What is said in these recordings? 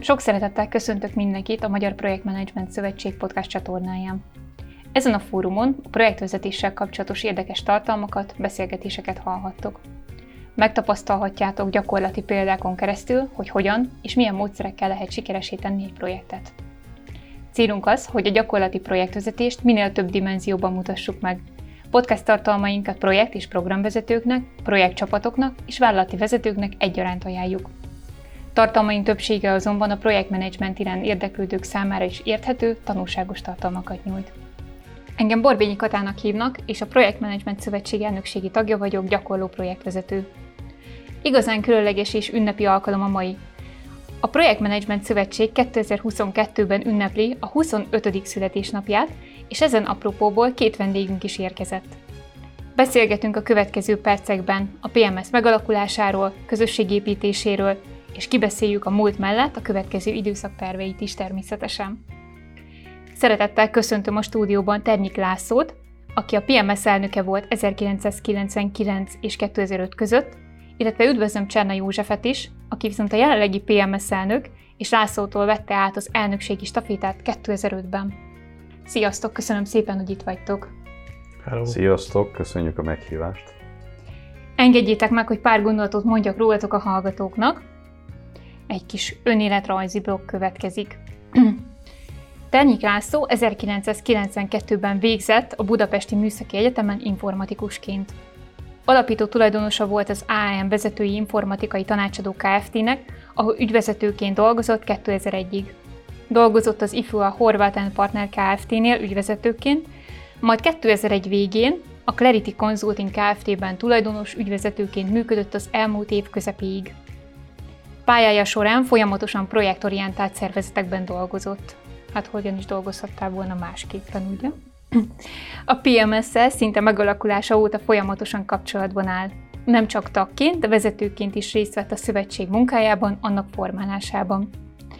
Sok szeretettel köszöntök mindenkit a Magyar Projektmenedzsment Szövetség podcast csatornáján. Ezen a fórumon a projektvezetéssel kapcsolatos érdekes tartalmakat, beszélgetéseket hallhattok. Megtapasztalhatjátok gyakorlati példákon keresztül, hogy hogyan és milyen módszerekkel lehet sikeresé tenni egy projektet. Célunk az, hogy a gyakorlati projektvezetést minél több dimenzióban mutassuk meg. Podcast tartalmainkat projekt- és programvezetőknek, projektcsapatoknak és vállalati vezetőknek egyaránt ajánljuk. Tartalmaink többsége azonban a projektmenedzsment iránt érdeklődők számára is érthető, tanulságos tartalmakat nyújt. Engem Borbényi Katának hívnak, és a Projektmenedzsment Szövetség elnökségi tagja vagyok, gyakorló projektvezető. Igazán különleges és ünnepi alkalom a mai. A Projektmenedzsment Szövetség 2022-ben ünnepli a 25. születésnapját, és ezen apropóból 2 vendégünk is érkezett. Beszélgetünk a következő percekben a PMS megalakulásáról, közösségépítéséről, és kibeszéljük a múlt mellett a következő időszak terveit is természetesen. Szeretettel köszöntöm a stúdióban Ternyik Lászlót, aki a PMS elnöke volt 1999 és 2005 között, illetve üdvözlöm Cserna Józsefet is, aki viszont a jelenlegi PMS elnök, és Lászlótól vette át az elnökségi stafétát 2005-ben. Sziasztok, köszönöm szépen, hogy itt vagytok! Hello. Sziasztok, köszönjük a meghívást! Engedjétek meg, hogy pár gondolatot mondjak rólatok a hallgatóknak. Egy kis önéletrajzi blokk következik. Ternyik László 1992-ben végzett a Budapesti Műszaki Egyetemen informatikusként. Alapító tulajdonosa volt az AAM Vezetői Informatikai Tanácsadó Kft-nek, ahol ügyvezetőként dolgozott 2001-ig. Dolgozott az IFUA Horváth & Partner Kft-nél ügyvezetőként, majd 2001 végén a Clarity Consulting Kft-ben tulajdonos ügyvezetőként működött az elmúlt év közepéig. Pályája során folyamatosan projektorientált szervezetekben dolgozott. Hát hogyan is dolgozhattál volna másképpen, ugye? A PMS-szel szinte megalakulása óta folyamatosan kapcsolatban áll. Nem csak tagként, de vezetőként is részt vett a szövetség munkájában, annak formálásában.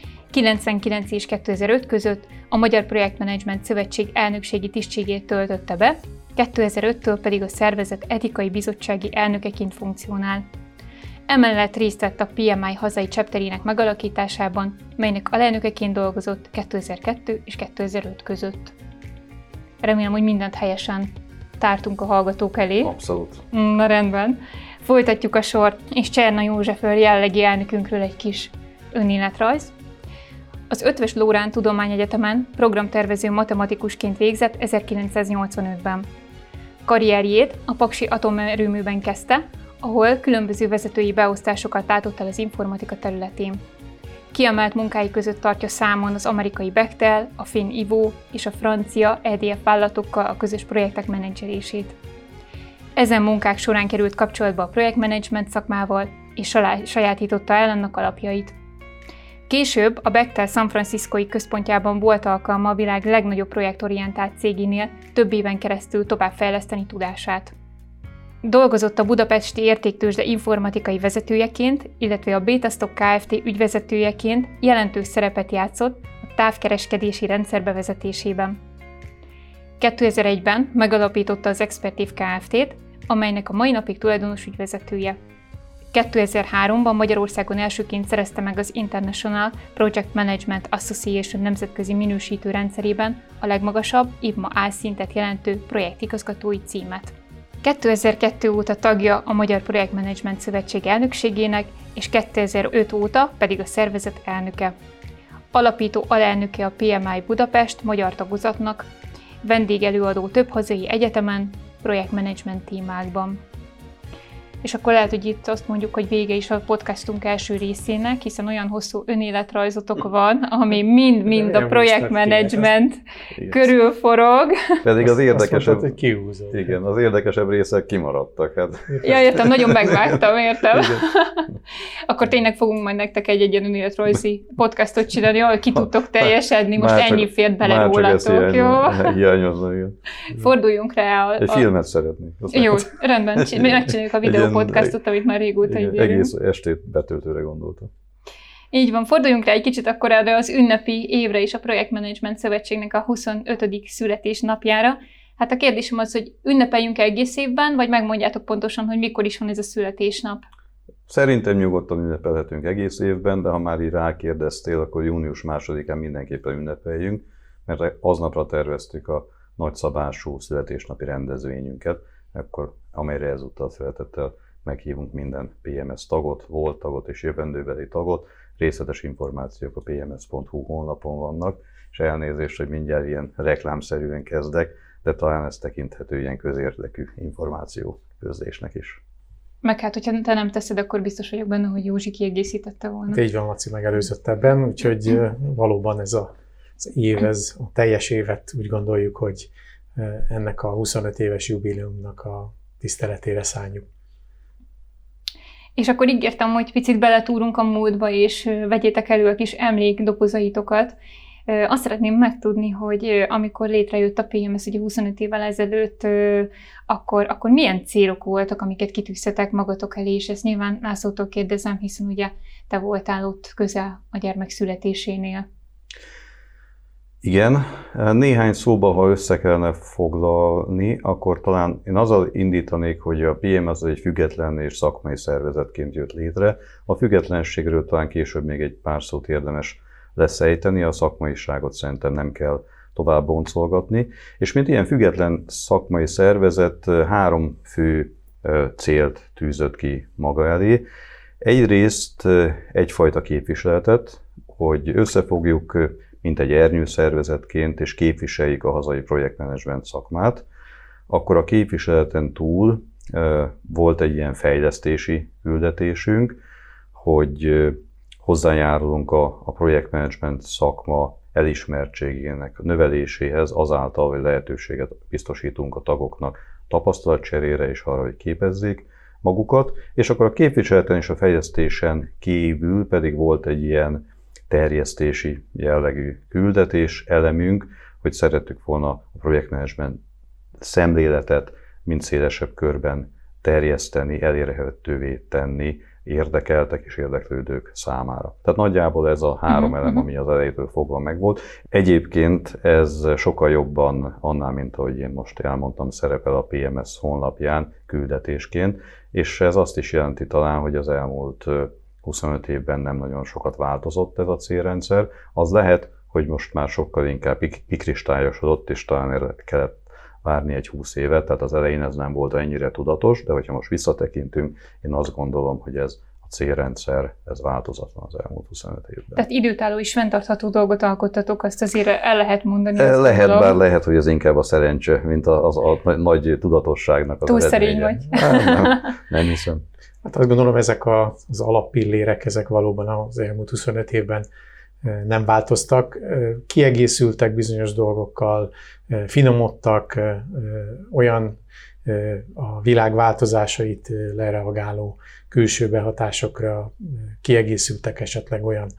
99 és 2005 között a Magyar Projektmenedzsment Szövetség elnökségi tisztségét töltötte be, 2005-től pedig a szervezet etikai bizottsági elnökeként funkcionál. Emellett részt vett a PMI hazai chapterének megalakításában, melynek alelnökeként dolgozott 2002 és 2005 között. Remélem, hogy mindent helyesen tártunk a hallgatók elé. Abszolút. Na rendben. Folytatjuk a sort, és Cserna Józsefről, jelenlegi elnökünkről egy kis önéletrajz. Az Eötvös Loránd Tudományegyetemen programtervező matematikusként végzett 1985-ben. Karrierjét a Paksi Atomerőműben kezdte, ahol különböző vezetői beosztásokat látott el az informatika területén. Kiemelt munkái között tartja számon az amerikai Bechtel, a finn IVO és a francia EDF vállalatokkal a közös projektek menedzselését. Ezen munkák során került kapcsolatba a projektmenedzsment szakmával, és sajátította el annak alapjait. Később a Bechtel San Franciscoi központjában volt alkalma a világ legnagyobb projektorientált cégénél több éven keresztül továbbfejleszteni tudását. Dolgozott a Budapesti Értéktőzsde informatikai vezetőjeként, illetve a Betastock Kft. Ügyvezetőjeként jelentős szerepet játszott a távkereskedési rendszer bevezetésében. 2001-ben megalapította az Expertive Kft-t, amelynek a mai napig tulajdonos ügyvezetője. 2003-ban Magyarországon elsőként szerezte meg az International Project Management Association nemzetközi minősítő rendszerében a legmagasabb, IPMA A szintet jelentő projektigazgatói címet. 2002 óta tagja a Magyar Projektmenedzsment Szövetség elnökségének, és 2005 óta pedig a szervezet elnöke. Alapító alelnöke a PMI Budapest magyar tagozatnak, vendégelőadó több hazai egyetemen, projektmenedzsment témákban. És akkor lehet, hogy itt azt mondjuk, hogy vége is a podcastunk első részének, hiszen olyan hosszú önéletrajzotok van, ami mind a projektmenedzsment körül forog. Pedig az érdekesebb, mondtad, hogy igen, az érdekesebb részek kimaradtak. Hát. Ja, értem, nagyon megvágtam, értem. Akkor tényleg fogunk majd nektek egy önéletrajzi podcastot csinálni, ahol ki tudtok teljesedni, most ennyi fért bele rólatok, jó? Hiányozna, igen. Forduljunk rá. Egy filmet szeretnék. Jó, rendben, megcsináljuk a videó podcastot, amit már régóta ígérünk. Egész estét betöltőre gondoltam. Így van, forduljunk rá egy kicsit akkor erre az ünnepi évre is a Projektmenedzsment Szövetségnek a 25. születésnapjára. Hát a kérdésem az, hogy ünnepeljünk egész évben, vagy megmondjátok pontosan, hogy mikor is van ez a születésnap? Szerintem nyugodtan ünnepelhetünk egész évben, de ha már így rákérdeztél, akkor június 2-án mindenképpen ünnepeljünk, mert aznapra terveztük a nagyszabású születésnapi rendezvényünket, akkor amelyre ezúttal szeretettel meghívunk minden PMS tagot, volt tagot és jövendőbeli tagot. Részletes információk a pms.hu honlapon vannak, és elnézést, hogy mindjárt ilyen reklámszerűen kezdek, de talán ez tekinthető ilyen közérdekű információ közlésnek is. Meg hát, hogyha te nem teszed, akkor biztos vagyok benne, hogy Józsi kiegészítette volna. Így van, Laci megelőzött ebben, úgyhogy valóban ez az év, ez a teljes évet úgy gondoljuk, hogy ennek a 25 éves jubileumnak a tiszteletére szánjuk. És akkor ígértem, hogy picit beletúrunk a múltba, és vegyétek elő a kis emlékdobozaitokat. Azt szeretném megtudni, hogy amikor létrejött a PMS ugye 25 évvel ezelőtt, akkor milyen célok voltak, amiket kitűztetek magatok elé, és ezt nyilván Lászlótól kérdezem, hiszen ugye te voltál ott közel a gyermek születésénél. Igen, néhány szóba, ha össze kellene foglalni, akkor talán én azzal indítanék, hogy a PMS egy független és szakmai szervezetként jött létre. A függetlenségről talán később még egy pár szót érdemes lesz ejteni, a szakmaiságot szerintem nem kell tovább boncolgatni. És mint ilyen független szakmai szervezet 3 fő célt tűzött ki maga elé. Egyrészt egyfajta képviseletet, hogy összefogjuk mint egy ernyőszervezetként, és képviseljük a hazai projektmenedzsment szakmát. Akkor a képviseleten túl volt egy ilyen fejlesztési küldetésünk, hogy hozzájárulunk a projektmenedzsment szakma elismertségének növeléséhez, azáltal, hogy lehetőséget biztosítunk a tagoknak tapasztalatcserére és arra, hogy képezzék magukat. És akkor a képviseleten és a fejlesztésen kívül pedig volt egy ilyen terjesztési jellegű küldetés, elemünk, hogy szerettük volna a projektmenedzsment szemléletet mind szélesebb körben terjeszteni, elérhetővé tenni érdekeltek és érdeklődők számára. Tehát nagyjából ez a 3 elem, ami az elejétől fogva megvolt. Egyébként ez sokkal jobban annál, mint ahogy én most elmondtam, szerepel a PMS honlapján küldetésként, és ez azt is jelenti talán, hogy az elmúlt 25 évben nem nagyon sokat változott ez a célrendszer. Az lehet, hogy most már sokkal inkább kikristályosodott, és talán erre kellett várni egy 20 évet, tehát az elején ez nem volt ennyire tudatos, de hogyha most visszatekintünk, én azt gondolom, hogy ez a célrendszer, ez változatlan az elmúlt 25 évben. Tehát időtálló és fenntartható dolgot alkottatok, azt azért el lehet mondani. Lehet, bár lehet, hogy ez inkább a szerencse, mint a nagy tudatosságnak az eredménye. Túl szerény vagy. Nem hiszem. Hát azt gondolom, ezek az alappillérek, ezek valóban az elmúlt 25 évben nem változtak, kiegészültek bizonyos dolgokkal, finomodtak, olyan a világ változásait lereagáló külső behatásokra kiegészültek esetleg olyan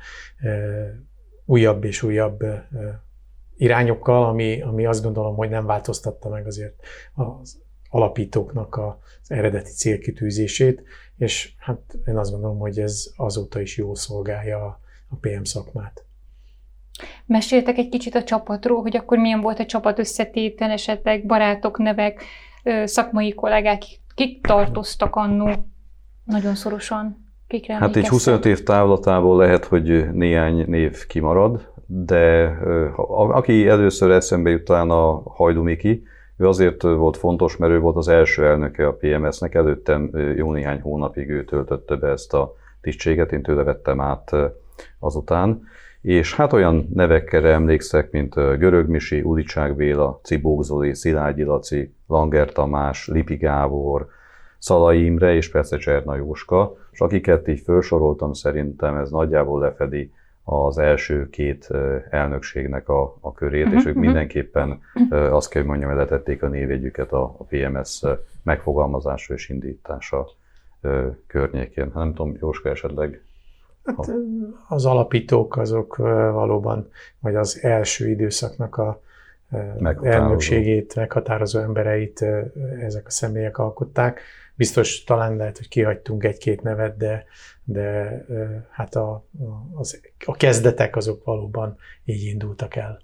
újabb és újabb irányokkal, ami azt gondolom, hogy nem változtatta meg azért az alapítóknak az eredeti célkitűzését, és hát én azt gondolom, hogy ez azóta is jól szolgálja a PM szakmát. Meséltek egy kicsit a csapatról, hogy akkor milyen volt a csapat összetétel, esetleg barátok, nevek, szakmai kollégák, kik tartoztak annó nagyon szorosan? Kikre Hát egy 25 év távlatából lehet, hogy néhány név kimarad, de aki először eszembe jut, talán a Hajdú Miki, ő azért volt fontos, mert ő volt az első elnöke a PMS-nek, előttem jó néhány hónapig ő töltötte be ezt a tisztséget, én tőle vettem át azután. És hát olyan nevekkel emlékszek, mint Görög Misi, Ulicsák Béla, Cibók Zoli, Szilágyi Laci, Langer Tamás, Lipi Gábor, Szalai Imre és persze Cserna Jóska, és akiket így felsoroltam, szerintem ez nagyjából lefedi az első 2 elnökségnek a körét, és ők mindenképpen azt kell, hogy mondjam, hogy letették a névjegyüket a PMS megfogalmazása és indítása környékén. Nem tudom, Jóska esetleg... Hát az alapítók azok valóban, vagy az első időszaknak a elnökségét, meghatározó embereit ezek a személyek alkották. Biztos talán lehet, hogy kihagytunk 1-2 nevet, de hát a kezdetek azok valóban így indultak el.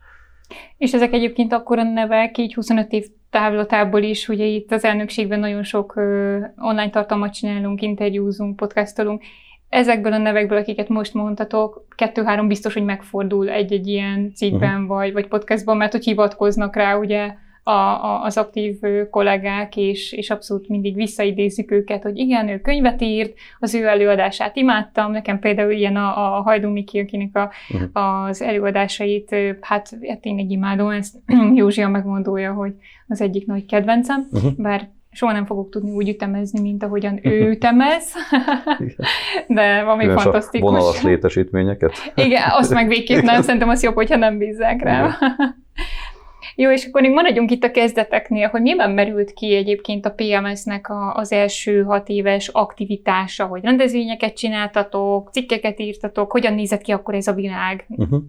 És ezek egyébként akkora nevek, így 25 év távlatából is, ugye itt az elnökségben nagyon sok online tartalmat csinálunk, interjúzunk, podcastolunk. Ezekből a nevekből, akiket most mondtatok, 2-3 biztos, hogy megfordul egy-egy ilyen cikkben vagy podcastban, mert hogy hivatkoznak rá ugye az aktív kollégák, és abszolút mindig visszaidézzük őket, hogy igen, ő könyvet írt, az ő előadását imádtam, nekem például ilyen a Hajdú Miki, akinek az előadásait, hát tényleg imádom, ezt Józsia megmondója, hogy az egyik nagy kedvencem, bár soha nem fogok tudni úgy ütemezni, mint ahogyan ő ütemez, de valami fantasztikus. Vonalas létesítményeket? Igen, azt meg végképp nem, szerintem az jobb, hogyha nem bízzák rá. Jó, és akkor még maradjunk itt a kezdeteknél, hogy miben merült ki egyébként a PMS-nek az első 6 éves aktivitása, hogy rendezvényeket csináltatok, cikkeket írtatok, hogyan nézett ki akkor ez a világ?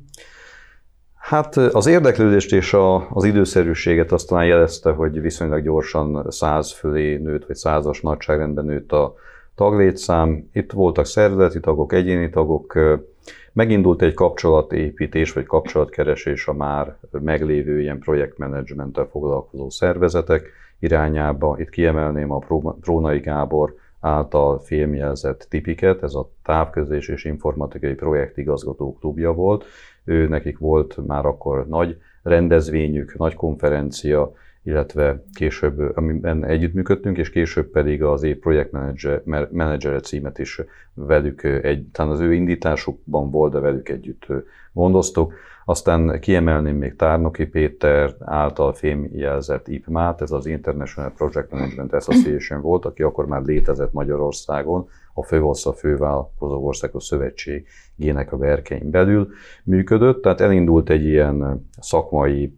Hát az érdeklődést és az időszerűséget azt talán jelezte, hogy viszonylag gyorsan 100 fölé nőtt, vagy 100-as nagyságrendben nőtt a taglétszám. Itt voltak szervezeti tagok, egyéni tagok, megindult egy kapcsolatépítés vagy kapcsolatkeresés a már meglévő ilyen projektmenedzsmenttel foglalkozó szervezetek irányába. Itt kiemelném a Prónai Gábor által fémjelzett Tipiket, ez a távközlés és informatikai projektigazgató klubja volt. Nekik volt már akkor nagy rendezvényük, nagy konferencia, illetve később, amiben együttműködtünk, és később pedig az év projektmenedzsere címet is velük, talán az ő indításukban volt, de velük együtt gondoztuk. Aztán kiemelném még Tárnoki Péter által fémjelzett IPMA-t, ez az International Project Management Association volt, aki akkor már létezett Magyarországon, a FÖVOSZ, a Fővállalkozó Országos Szövetségének a berkein belül működött, tehát elindult egy ilyen szakmai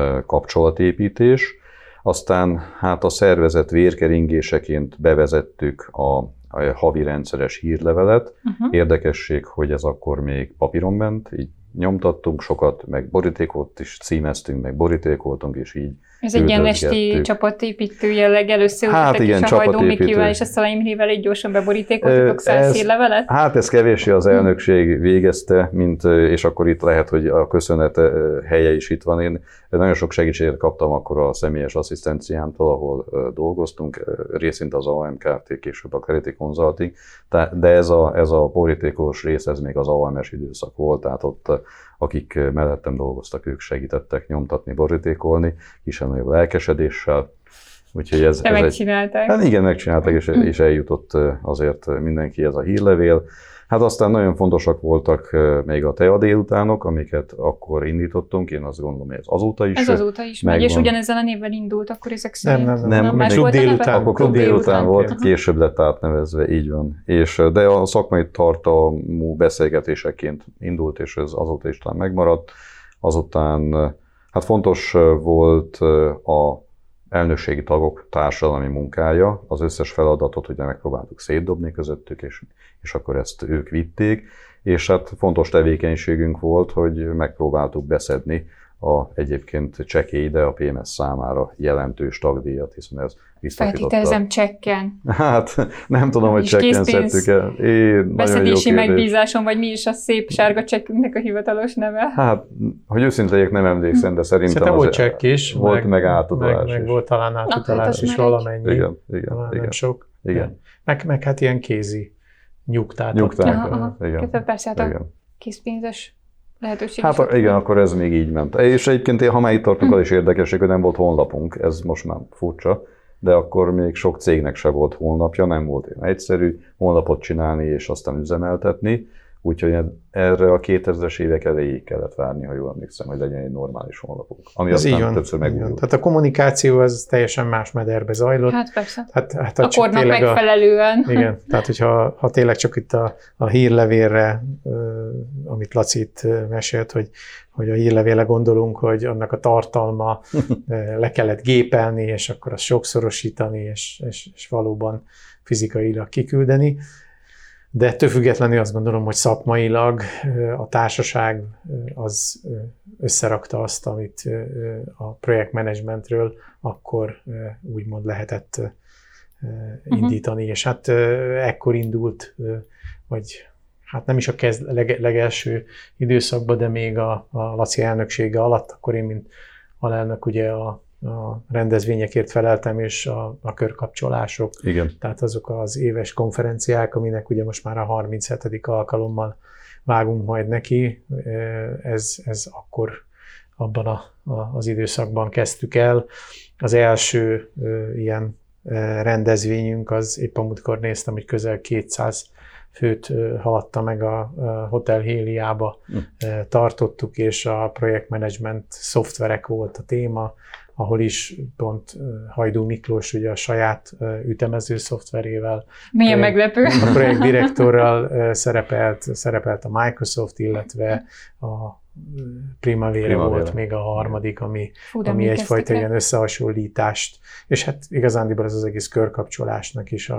kapcsolatépítés. Aztán hát a szervezet vérkeringéseként bevezettük a havi rendszeres hírlevelet. Érdekesség, hogy ez akkor még papíron ment, így nyomtattunk sokat, meg borítékot is címeztünk, meg borítékoltunk, és így ez egy ilyen esti csapatépítő jelleg, először hát igen, is a Hajdú Mikivel és a Szalai Imrével egy gyorsan beborítékoltatok 100 hírlevelet? Hát ez kevéssé az elnökség végezte, és akkor itt lehet, hogy a köszönet helye is itt van. Én nagyon sok segítséget kaptam akkor a személyes asszisztenciámtól, ahol dolgoztunk, részint az AMKT, később a Clarity Consulting, de ez a borítékos rész, ez még az AMS időszak volt, tehát ott akik mellettem dolgoztak, ők segítettek nyomtatni, borítékolni, kisebb-nagyobb lelkesedéssel. Úgyhogy ez megcsinálták. Hát igen, megcsinálták, és eljutott azért mindenki ez a hírlevél. Hát aztán nagyon fontosak voltak még a TEA délutánok, amiket akkor indítottunk, én azt gondolom, hogy ez azóta is. Ez azóta is megy, és ugyanezzel a névvel indult akkor ezek szerint? Nem, klub délután. Akkor klub délután volt, később lett átnevezve, így van. De a szakmai tartalmú beszélgetéseként indult, és ez azóta is talán megmaradt. Azután hát fontos volt a elnökségi tagok társadalmi munkája, az összes feladatot ugye megpróbáltuk szétdobni közöttük, és akkor ezt ők vitték, és hát fontos tevékenységünk volt, hogy megpróbáltuk beszedni egyébként csekély, de a PMS számára jelentős tagdíjat, hiszen ez biztosította. Feltételezem csekken. Hát nem tudom, hogy csekken szedtük el. Beszedési megbízáson, vagy mi is a szép sárga csekkünknek a hivatalos neve? Hát, hogy őszintén legyek, nem emlékszem, de szerintem volt csekk is. Volt meg átutalás meg volt talán átutalás is valamennyi. Igen. Nem sok. Igen. Meg hát ilyen kézi nyugtát. Igen. Persze, hát a készpénzes lehetőség. Hát igen, akkor ez még így ment. És egyébként, ha már itt tartunk, az is érdekesség, hogy nem volt honlapunk, ez most már furcsa, de akkor még sok cégnek se volt honlapja, nem volt ilyen egyszerű honlapot csinálni és aztán üzemeltetni, úgyhogy erre a 2000-es évek elejéig kellett várni, ha jól emlékszem, hogy legyen egy normális honlapunk. Ami ez aztán többször megújult. Tehát a kommunikáció az teljesen más mederbe zajlott. Hát persze. Hát a kornak megfelelően. Igen, tehát hogyha tényleg csak itt a hírlevélre, amit Laci itt mesélt, hogy a hírlevélre gondolunk, hogy annak a tartalma le kellett gépelni, és akkor azt sokszorosítani, és valóban fizikailag kiküldeni. De ettől függetlenül azt gondolom, hogy szakmailag a társaság az összerakta azt, amit a projektmenedzsmentről akkor úgymond lehetett indítani, és hát ekkor indult, vagy hát nem is a legelső időszakban, de még a Laci elnöksége alatt, akkor én, mint alelnök, ugye a rendezvényekért feleltem, és a körkapcsolások. Igen. Tehát azok az éves konferenciák, aminek ugye most már a 37. alkalommal vágunk majd neki. Ez akkor abban az időszakban kezdtük el. Az első ilyen rendezvényünk az épp amúgykor néztem, hogy közel 200 főt haladta meg a Hotel Héliába tartottuk, és a projektmenedzsment szoftverek volt a téma, ahol is pont Hajdú Miklós ugye a saját ütemező szoftverével. Milyen meglepő. A projektdirektorral szerepelt a Microsoft, illetve a Primavera volt még a harmadik, ami egyfajta ilyen összehasonlítást, és hát igazándiból ez az egész körkapcsolásnak is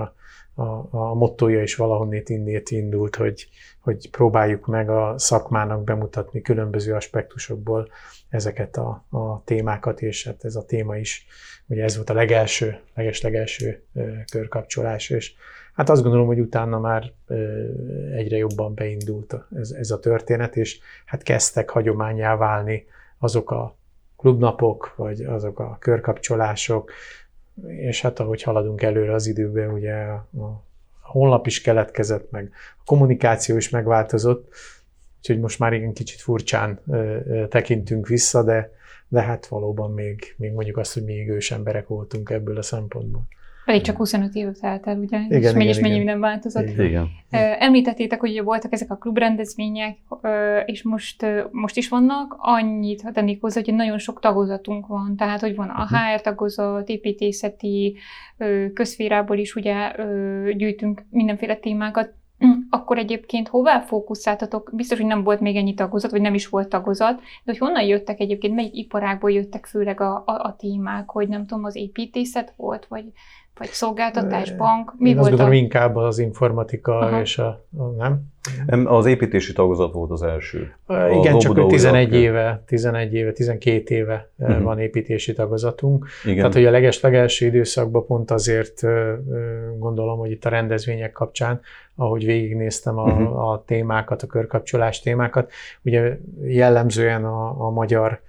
a mottója is valahonnét innét indult, hogy próbáljuk meg a szakmának bemutatni különböző aspektusokból ezeket a témákat, és hát ez a téma is, ugye ez volt a leges-legelső körkapcsolás, és hát azt gondolom, hogy utána már egyre jobban beindult ez a történet, és hát kezdtek hagyománnyá válni azok a klubnapok, vagy azok a körkapcsolások, és hát ahogy haladunk előre az időben, ugye a honlap is keletkezett, meg a kommunikáció is megváltozott, úgyhogy most már igen kicsit furcsán tekintünk vissza, de hát valóban még mondjuk azt, hogy mi ős emberek voltunk ebből a szempontból. Pedig csak 25 év telt el, ugye? Igen, és mégis mennyi minden változott. Igen. Említettétek, hogy voltak ezek a klubrendezvények, és most is vannak. Annyit tennék hozzá, hogy nagyon sok tagozatunk van. Tehát, hogy van a HR tagozat, építészeti, közszférából is ugye gyűjtünk mindenféle témákat. Akkor egyébként hová fókuszáltatok? Biztos, hogy nem volt még ennyi tagozat, vagy nem is volt tagozat, de hogy honnan jöttek egyébként, melyik iparágból jöttek főleg a témák, hogy nem tudom, az építészet volt, vagy szolgáltatás, bank? Mi Én volt azt gondolom, inkább az informatika és nem? Az építési tagozat volt az első. Igen, csak 12 éve van építési tagozatunk. Igen. Tehát, hogy a legelső időszakban pont azért gondolom, hogy itt a rendezvények kapcsán, ahogy végignéztem a témákat, a körkapcsolás témákat, ugye jellemzően a magyar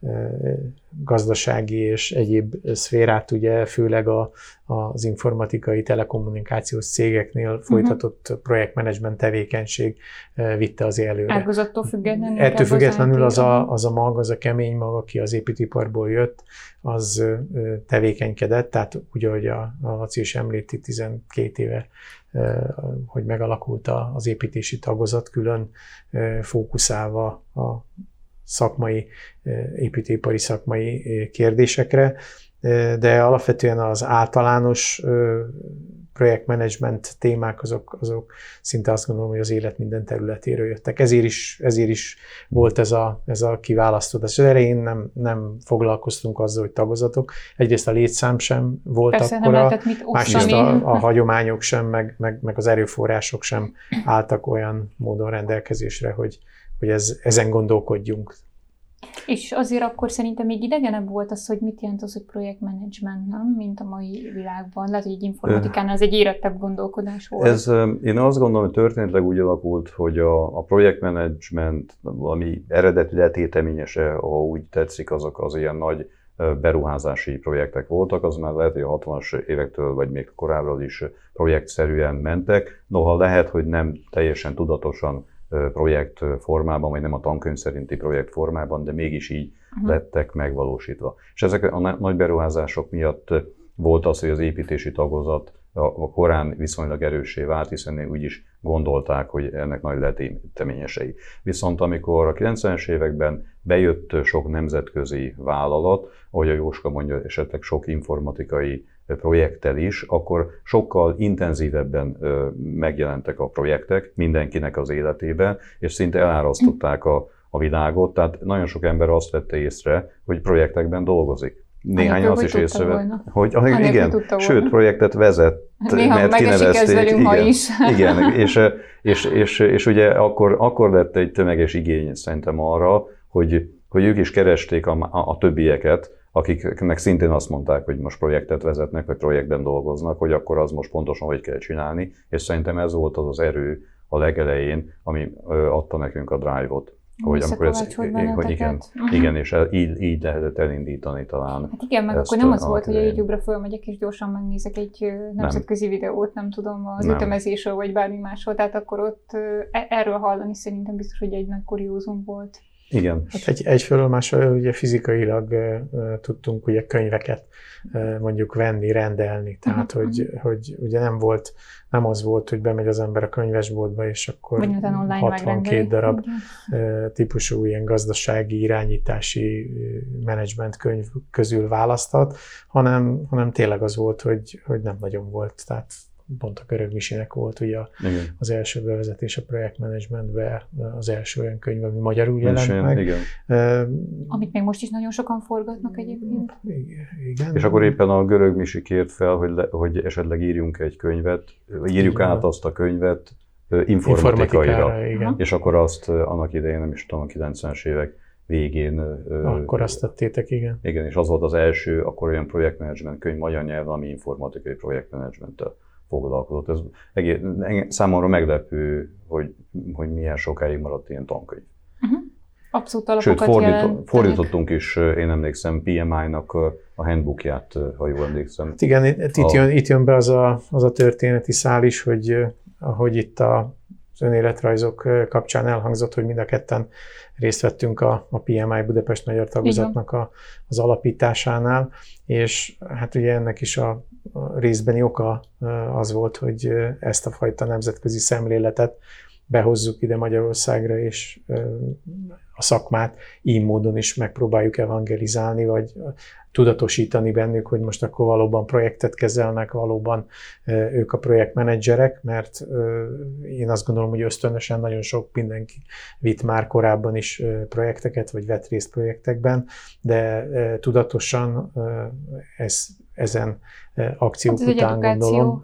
gazdasági és egyéb szférát, ugye főleg az informatikai, telekommunikációs cégeknél folytatott projektmenedzsment tevékenység vitte az előre. Ágazattól függetlenül? Ettől függetlenül az a mag, az a kemény mag, aki az építőiparból jött, az tevékenykedett, tehát ugye, ahogy a Laci is említi, 12 éve, hogy megalakult az építési tagozat, külön fókuszálva a szakmai, építőipari szakmai kérdésekre, de alapvetően az általános projektmenedzsment témák azok szinte azt gondolom, hogy az élet minden területéről jöttek. Ezért is volt ez a kiválasztás. Az elején nem foglalkoztunk azzal, hogy tagozatok. Egyrészt a létszám sem volt persze, akkora, másrészt a hagyományok sem, meg az erőforrások sem álltak olyan módon rendelkezésre, hogy ezen gondolkodjunk. És azért akkor szerintem még idegenebb volt az, hogy mit jelent az, hogy projektmenedzsment, nem? Mint a mai világban. Lehet, hogy egy informatikánál az egy érettebb gondolkodás volt. Én azt gondolom, hogy történetileg úgy alakult, hogy a projektmenedzsment, ami eredeti letéteményese, ha úgy tetszik, azok az ilyen nagy beruházási projektek voltak, az már lehet, hogy a 60-as évektől, vagy még korábbról is projektszerűen mentek. Noha lehet, hogy nem teljesen tudatosan projekt formában, vagy nem a tankönyv szerinti projekt formában, de mégis így lettek megvalósítva. És ezek a nagy beruházások miatt volt az, hogy az építési tagozat a korán viszonylag erőssé vált, hiszen úgy is gondolták, hogy ennek nagy letéteményesei. Viszont amikor a 90-es években bejött sok nemzetközi vállalat, ahogy a Jóska mondja, esetleg sok informatikai projekttel is, akkor sokkal intenzívebben megjelentek a projektek mindenkinek az életében, és szinte elárasztották a világot, tehát nagyon sok ember azt vette észre, hogy projektekben dolgozik. Néhány azt is észrevett, hogy igen, sőt, projektet vezet, mert kinevezték. Igen, és ugye akkor lett egy tömeges igény szerintem arra, hogy ők is keresték a többieket, akiknek szintén azt mondták, hogy most projektet vezetnek, vagy projektben dolgoznak, hogy akkor az most pontosan hogy kell csinálni, és szerintem ez volt az erő, a legelején, ami adta nekünk a drive-ot. Hogy igen, és így lehetett elindítani talán. Hát igen, meg akkor nem az volt, hogy a YouTube-ra fölmegyek és gyorsan megnézek egy nemzetközi videót, nem tudom, az ütemezésről vagy bármi másról, tehát akkor ott erről hallani szerintem biztos, hogy egy nagy kuriózum volt. Igen. Hát egyfelől másról ugye fizikailag tudtunk ugye könyveket mondjuk venni, rendelni, tehát hogy ugye nem az volt, hogy bemegy az ember a könyvesboltba, és akkor 62 darab típusú ilyen gazdasági, irányítási menedzsment könyv közül választhat, hanem tényleg az volt, hogy nem nagyon volt, tehát pont a Görög Misinek volt ugye az első bevezetés a projektmenedzsmentbe, az első olyan könyv, ami magyarul jelent meg. Igen. Amit még most is nagyon sokan forgatnak egyébként. Igen. És akkor éppen a Görög Misi kért fel, hogy esetleg írjunk egy könyvet, írjuk át azt a könyvet informatikaira. Igen. És akkor azt annak idején, nem is tudom, a 90-es évek végén. Akkor azt tettétek, igen. Igen, és az volt az első, akkor olyan projektmenedzsment könyv magyar nyelven, ami informatikai projektmenedzsmenttel foglalkozott. Ez számomra meglepő, hogy milyen sokáig maradt ilyen tankönyv. Abszolút alapokat Sőt, fordítottunk is, én emlékszem, PMI-nak a handbookját, ha jól emlékszem. Hát igen, itt jön be az a történeti szál is, hogy ahogy itt az önéletrajzok kapcsán elhangzott, hogy mind a ketten részt vettünk a PMI Budapest Magyar Tagozatnak az alapításánál, és hát ugye ennek is a részbeni oka az volt, hogy ezt a fajta nemzetközi szemléletet behozzuk ide Magyarországra, és a szakmát így módon is megpróbáljuk evangelizálni, vagy tudatosítani bennük, hogy most akkor valóban projektet kezelnek, valóban ők a projektmenedzserek, mert én azt gondolom, hogy ösztönösen nagyon sok mindenki vitt már korábban is projekteket, vagy vett részt projektekben, de tudatosan ezen akciók után gondolom,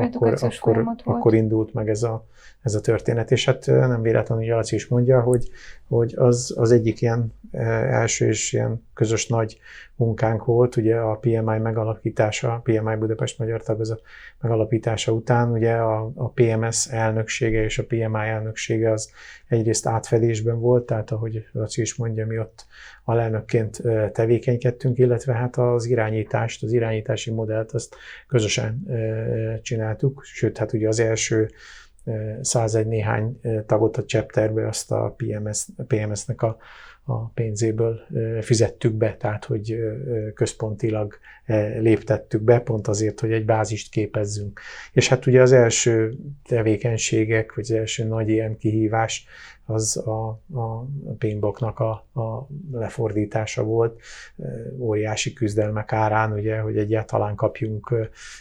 akkor indult meg ez a történet. És hát nem véletlenül, hogy Laci is mondja, hogy az egyik ilyen első és ilyen közös nagy munkánk volt, ugye a PMI megalapítása, a PMI Budapest Magyar Tagozat megalapítása után, ugye a PMS elnöksége és a PMI elnöksége az egyrészt átfedésben volt, tehát ahogy Laci is mondja, mi ott alelnökként tevékenykedtünk, illetve hát az irányítási modellt azt közösen csináltuk, sőt, hát ugye az első 101 néhány tagot a chapterbe azt a PMS-nek a pénzéből fizettük be, tehát hogy központilag léptettük be, pont azért, hogy egy bázist képezzünk. És hát ugye az első tevékenységek, vagy az első nagy ilyen kihívás az a PMBOK-nak a lefordítása volt, óriási küzdelmek árán, ugye, hogy egyáltalán kapjunk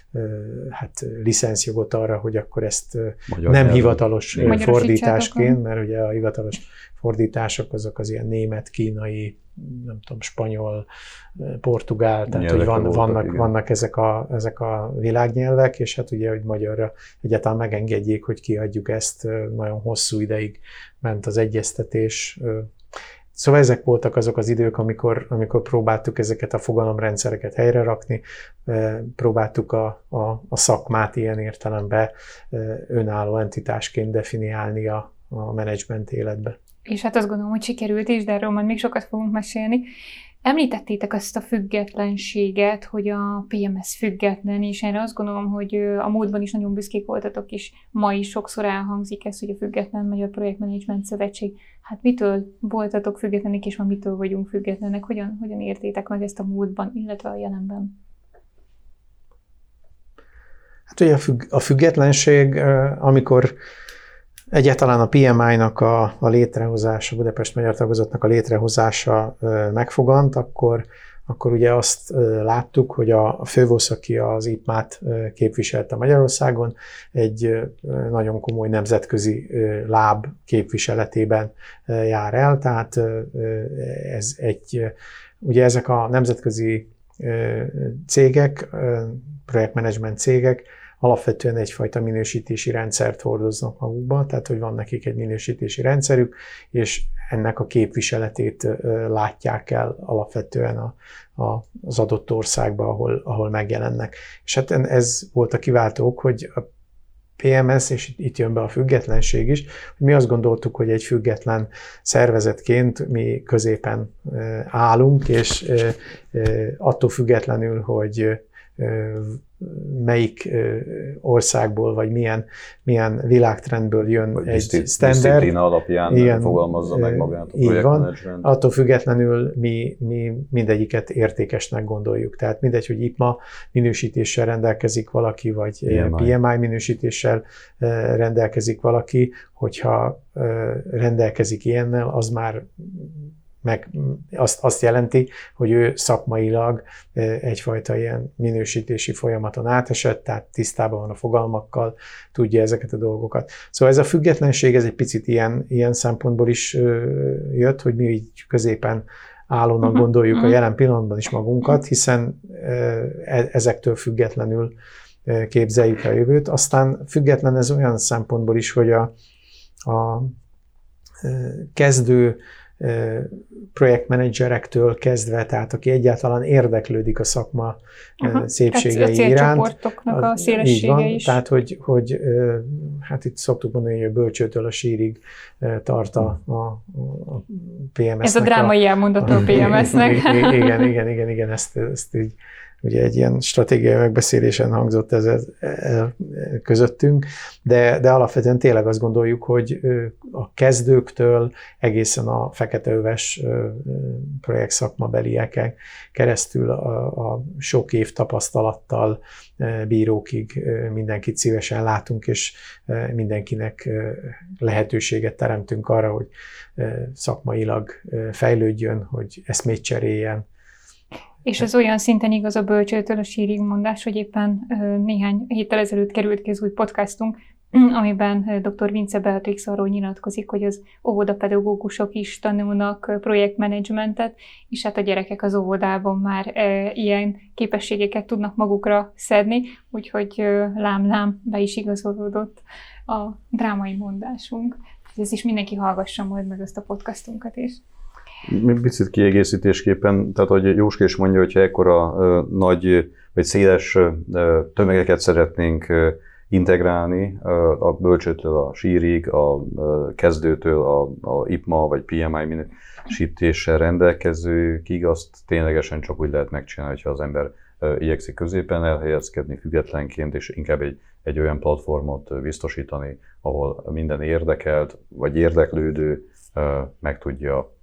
licenszjogot arra, hogy akkor ezt nem hivatalos fordításként, mert ugye a hivatalos fordítások azok az ilyen német, kínai, nem tudom, spanyol, portugál, tehát hogy vannak ezek a világnyelvek, és hát ugye, hogy magyarra egyáltalán megengedjék, hogy kiadjuk ezt, nagyon hosszú ideig ment az egyeztetés. Szóval ezek voltak azok az idők, amikor próbáltuk ezeket a fogalomrendszereket helyre rakni, próbáltuk a szakmát ilyen értelemben önálló entitásként definiálni a menedzsment életbe. És hát azt gondolom, hogy sikerült is, de erről majd még sokat fogunk mesélni. Említettétek azt a függetlenséget, hogy a PMS független, és erre azt gondolom, hogy a múltban is nagyon büszkék voltatok, és ma is sokszor elhangzik ez, hogy a Független Magyar Projektmenedzsment Szövetség. Hát mitől voltatok függetlenek, és ma mitől vagyunk függetlenek? Hogyan értétek meg ezt a múltban, illetve a jelenben? Hát ugye a függetlenség, amikor egyáltalán a PMI-nak a létrehozása, Budapest Magyar Tagozatnak a létrehozása megfogant, akkor ugye azt láttuk, hogy a fővosz, aki az IPMA-t képviselte Magyarországon, egy nagyon komoly nemzetközi láb képviseletében jár el, tehát ugye ezek a nemzetközi cégek, projektmenedzsment cégek, alapvetően egyfajta minősítési rendszert hordoznak magukban, tehát hogy van nekik egy minősítési rendszerük, és ennek a képviseletét látják el alapvetően az adott országban, ahol megjelennek. És hát ez volt a kiváltó ok, hogy a PMS, és itt jön be a függetlenség is, hogy mi azt gondoltuk, hogy egy független szervezetként mi középen állunk, és attól függetlenül, hogy melyik országból, vagy milyen világtrendből jön vagy egy standard. Disziplína alapján fogalmazza meg magát a projektmenedzsment. Attól függetlenül mi mindegyiket értékesnek gondoljuk. Tehát mindegy, hogy IPMA minősítéssel rendelkezik valaki, vagy PMI minősítéssel rendelkezik valaki, hogyha rendelkezik ilyennel, az már meg azt jelenti, hogy ő szakmailag egyfajta ilyen minősítési folyamaton átesett, tehát tisztában van a fogalmakkal, tudja ezeket a dolgokat. Szóval ez a függetlenség, ez egy picit ilyen szempontból is jött, hogy mi így középen állónak gondoljuk a jelen pillanatban is magunkat, hiszen ezektől függetlenül képzeljük a jövőt. Aztán független ez olyan szempontból is, hogy a kezdő projektmenedzserektől kezdve, tehát aki egyáltalán érdeklődik a szakma szépségei iránt. A célcsoportoknak a szélessége is. Tehát, hogy hát itt szoktuk mondani, hogy a bölcsőtől a sírig tart a PMS-nek. Ez a drámai elmondata a PMS-nek. Igen, ezt így ugye egy ilyen stratégiai megbeszélésen hangzott ez közöttünk, de alapvetően tényleg azt gondoljuk, hogy a kezdőktől egészen a feketeöves projektszakmabelieken keresztül a sok év tapasztalattal bírókig mindenkit szívesen látunk, és mindenkinek lehetőséget teremtünk arra, hogy szakmailag fejlődjön, hogy eszmét cseréljen. És ez olyan szinten igaz a bölcsőtől a sírig mondás, hogy éppen néhány héttel ezelőtt került ki az új podcastunk, amiben dr. Vince Beatrix arról nyilatkozik, hogy az óvodapedagógusok is tanulnak projektmenedzsmentet, és hát a gyerekek az óvodában már ilyen képességeket tudnak magukra szedni, úgyhogy lám-lám be is igazolódott a drámai mondásunk. Ez is mindenki hallgassa majd meg ezt a podcastunkat is. Picit kiegészítésképpen, tehát hogy Jóska is mondja, hogyha ekkora nagy vagy széles tömegeket szeretnénk integrálni, a bölcsőtől a sírig, a kezdőtől a IPMA vagy PMI minősítéssel rendelkezőkig, azt ténylegesen csak úgy lehet megcsinálni, hogyha az ember igyekszik középen elhelyezkedni függetlenként, és inkább egy olyan platformot biztosítani, ahol minden érdekelt vagy érdeklődő meg tudja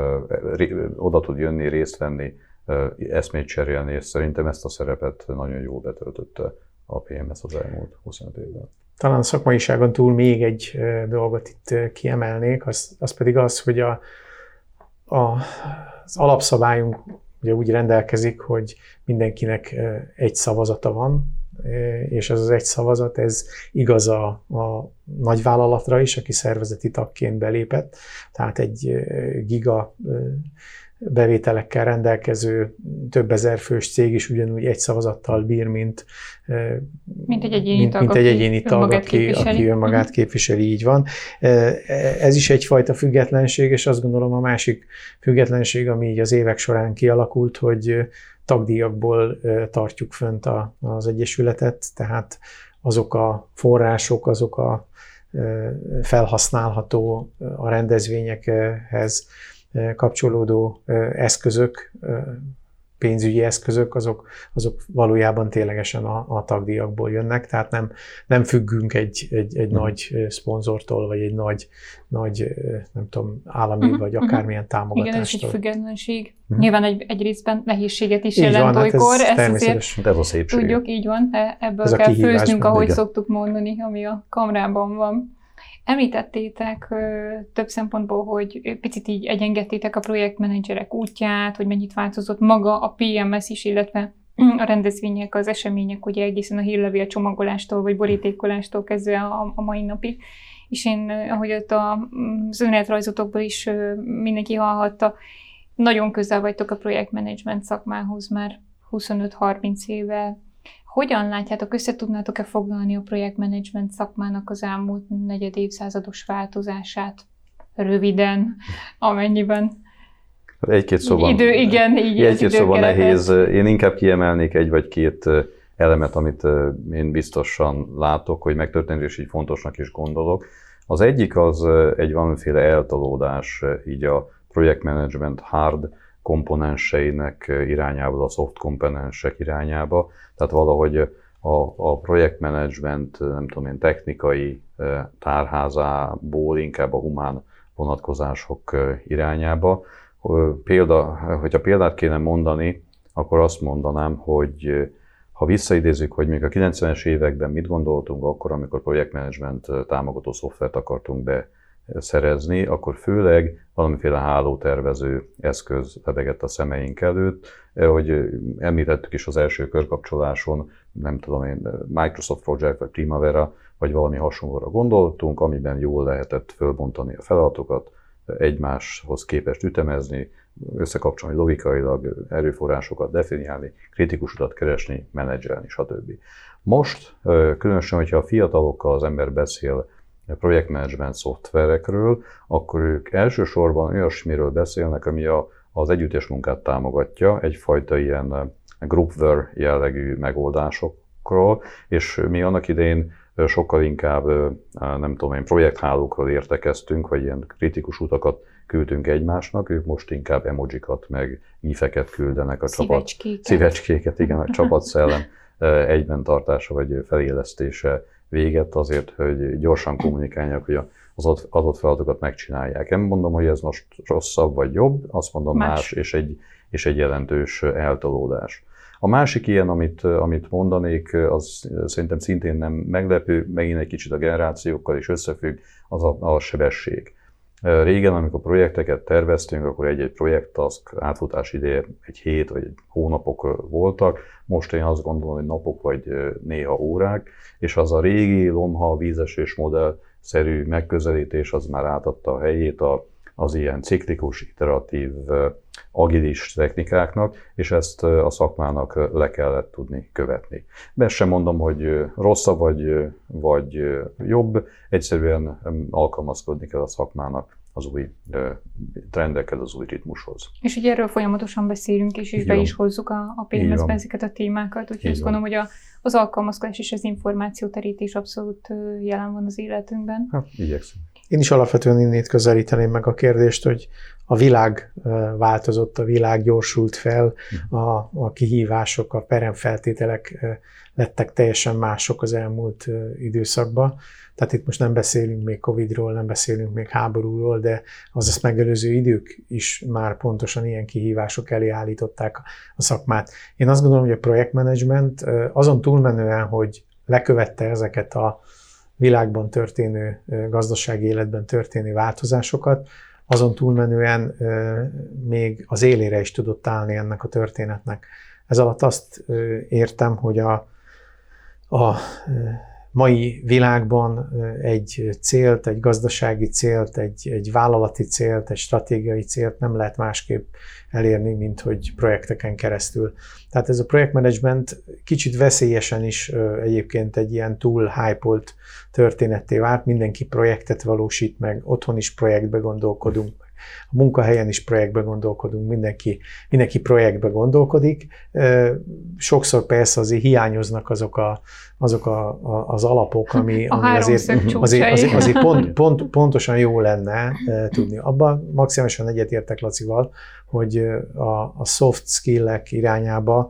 oda tud jönni, részt venni, eszmét cserélni, és szerintem ezt a szerepet nagyon jól betöltötte a PMS az elmúlt 25 évben. Talán a szakmaiságon túl még egy dolgot itt kiemelnék, az pedig az, hogy az alapszabályunk ugye úgy rendelkezik, hogy mindenkinek egy szavazata van, és ez az egy szavazat, ez igaz a nagyvállalatra is, aki szervezeti tagként belépett, tehát egy giga bevételekkel rendelkező több ezer fős cég is ugyanúgy egy szavazattal bír, mint egy egyéni tag, aki önmagát képviseli, így van. Ez is egyfajta függetlenség, és azt gondolom a másik függetlenség, ami így az évek során kialakult, hogy tagdíjakból tartjuk fönt az Egyesületet, tehát azok a források, azok a felhasználható a rendezvényekhez kapcsolódó eszközök, pénzügyi eszközök, azok valójában ténylegesen a tagdíjakból jönnek, tehát nem függünk egy nagy szponzortól, vagy egy nagy nem tudom, állami, vagy akármilyen támogatástól. Igen, ez egy függetlenség. Nyilván egy részben nehézséget is jelent olykor, ezt azért ez a szépség. Tudjuk, így van, ebből kell főznünk, ahogy szoktuk mondani, ami a kamrában van. Említettétek több szempontból, hogy picit így egyengedtétek a projektmenedzserek útját, hogy mennyit változott maga a PMS is, illetve a rendezvények, az események, ugye egészen a hírlevél csomagolástól vagy borítékolástól kezdve a mai napig. És én, ahogy ott az önéletrajzotokból is mindenki hallhatta, nagyon közel vagytok a projektmenedzsment szakmához már 25-30 éve. Hogyan látjátok, össze tudnátok-e foglalni a projektmenedzsment szakmának az elmúlt negyed évszázados változását? Röviden, amennyiben. Egy-két szóban. Egy-két szóban nehéz. Én inkább kiemelnék egy vagy két elemet, amit én biztosan látok, hogy megtörtént, és így fontosnak is gondolok. Az egyik az egy valamiféle eltolódás így a projektmenedzsment hard komponenseinek irányába, a soft komponensek irányába. Tehát valahogy a projektmenedzsment, nem tudom én, technikai tárházából inkább a humán vonatkozások irányába. Hogyha példát kéne mondani, akkor azt mondanám, hogy ha visszaidézzük, hogy még a 90-es években mit gondoltunk akkor, amikor projektmenedzsment támogató szoftvert akartunk beszerezni, akkor főleg valamiféle hálótervező eszköz lebegett a szemeink előtt, hogy említettük is az első körkapcsoláson, nem tudom én, Microsoft Project vagy Primavera, vagy valami hasonlóra gondoltunk, amiben jól lehetett fölbontani a feladatokat, egymáshoz képest ütemezni, összekapcsolni logikailag, erőforrásokat definiálni, kritikusokat keresni, menedzselni, stb. Most, különösen, hogyha a fiatalokkal az ember beszél projektmenedzsment szoftverekről, akkor ők elsősorban olyasmiről beszélnek, ami az együttes munkát támogatja, egyfajta ilyen groupware jellegű megoldásokról, és mi annak idején sokkal inkább, nem tudom én, projekthálókról értekeztünk, vagy ilyen kritikus küldtünk egymásnak, ők most inkább emojikat, meg gifeket küldenek a szívecskéket, igen, a csapatszellem egyben tartása vagy felélesztése véget azért, hogy gyorsan kommunikálják, hogy az adott feladatokat megcsinálják. Nem mondom, hogy ez most rosszabb vagy jobb, azt mondom más és egy jelentős eltolódás. A másik ilyen, amit mondanék, az szerintem szintén nem meglepő, megint egy kicsit a generációkkal is összefügg, az a sebesség. Régen, amikor projekteket terveztünk, akkor egy-egy projekttask átfutás ideje egy hét vagy hónapok voltak. Most én azt gondolom, hogy napok vagy néha órák, és az a régi lomha vízesés modellszerű megközelítés az már átadta a helyét az ilyen ciklikus, iteratív, agilis technikáknak, és ezt a szakmának le kellett tudni követni. Ezt sem mondom, hogy rosszabb vagy jobb, egyszerűen alkalmazkodni kell a szakmának az új trendekkel, az új ritmushoz. És ugye erről folyamatosan beszélünk, és be is hozzuk a PMS-be ezeket a témákat, úgyhogy azt gondolom, hogy az alkalmazkodás és az információterítés abszolút jelen van az életünkben. Hát, igyekszünk. Én is alapvetően innét közelíteném meg a kérdést, hogy a világ változott, a világ gyorsult fel, a kihívások, a peremfeltételek lettek teljesen mások az elmúlt időszakban. Tehát itt most nem beszélünk még Covid-ról, nem beszélünk még háborúról, de az ezt megelőző idők is már pontosan ilyen kihívások elé állították a szakmát. Én azt gondolom, hogy a projektmenedzsment azon túlmenően, hogy lekövette ezeket a világban történő, gazdasági életben történő változásokat, azon túlmenően még az élére is tudott állni ennek a történetnek. Ez alatt azt értem, hogy a mai világban egy célt, egy gazdasági célt, egy vállalati célt, egy stratégiai célt nem lehet másképp elérni, mint hogy projekteken keresztül. Tehát ez a projektmenedzsment kicsit veszélyesen is egyébként egy ilyen túl hype-olt történetté vált. Mindenki projektet valósít meg, otthon is projektbe gondolkodunk, a munkahelyen is projektbe gondolkodunk, mindenki projektbe gondolkodik. Sokszor persze azért hiányoznak azok az alapok, ami azért pontosan jó lenne tudni. Abban maximálisan egyetértek Lacival, hogy a soft skill-ek irányába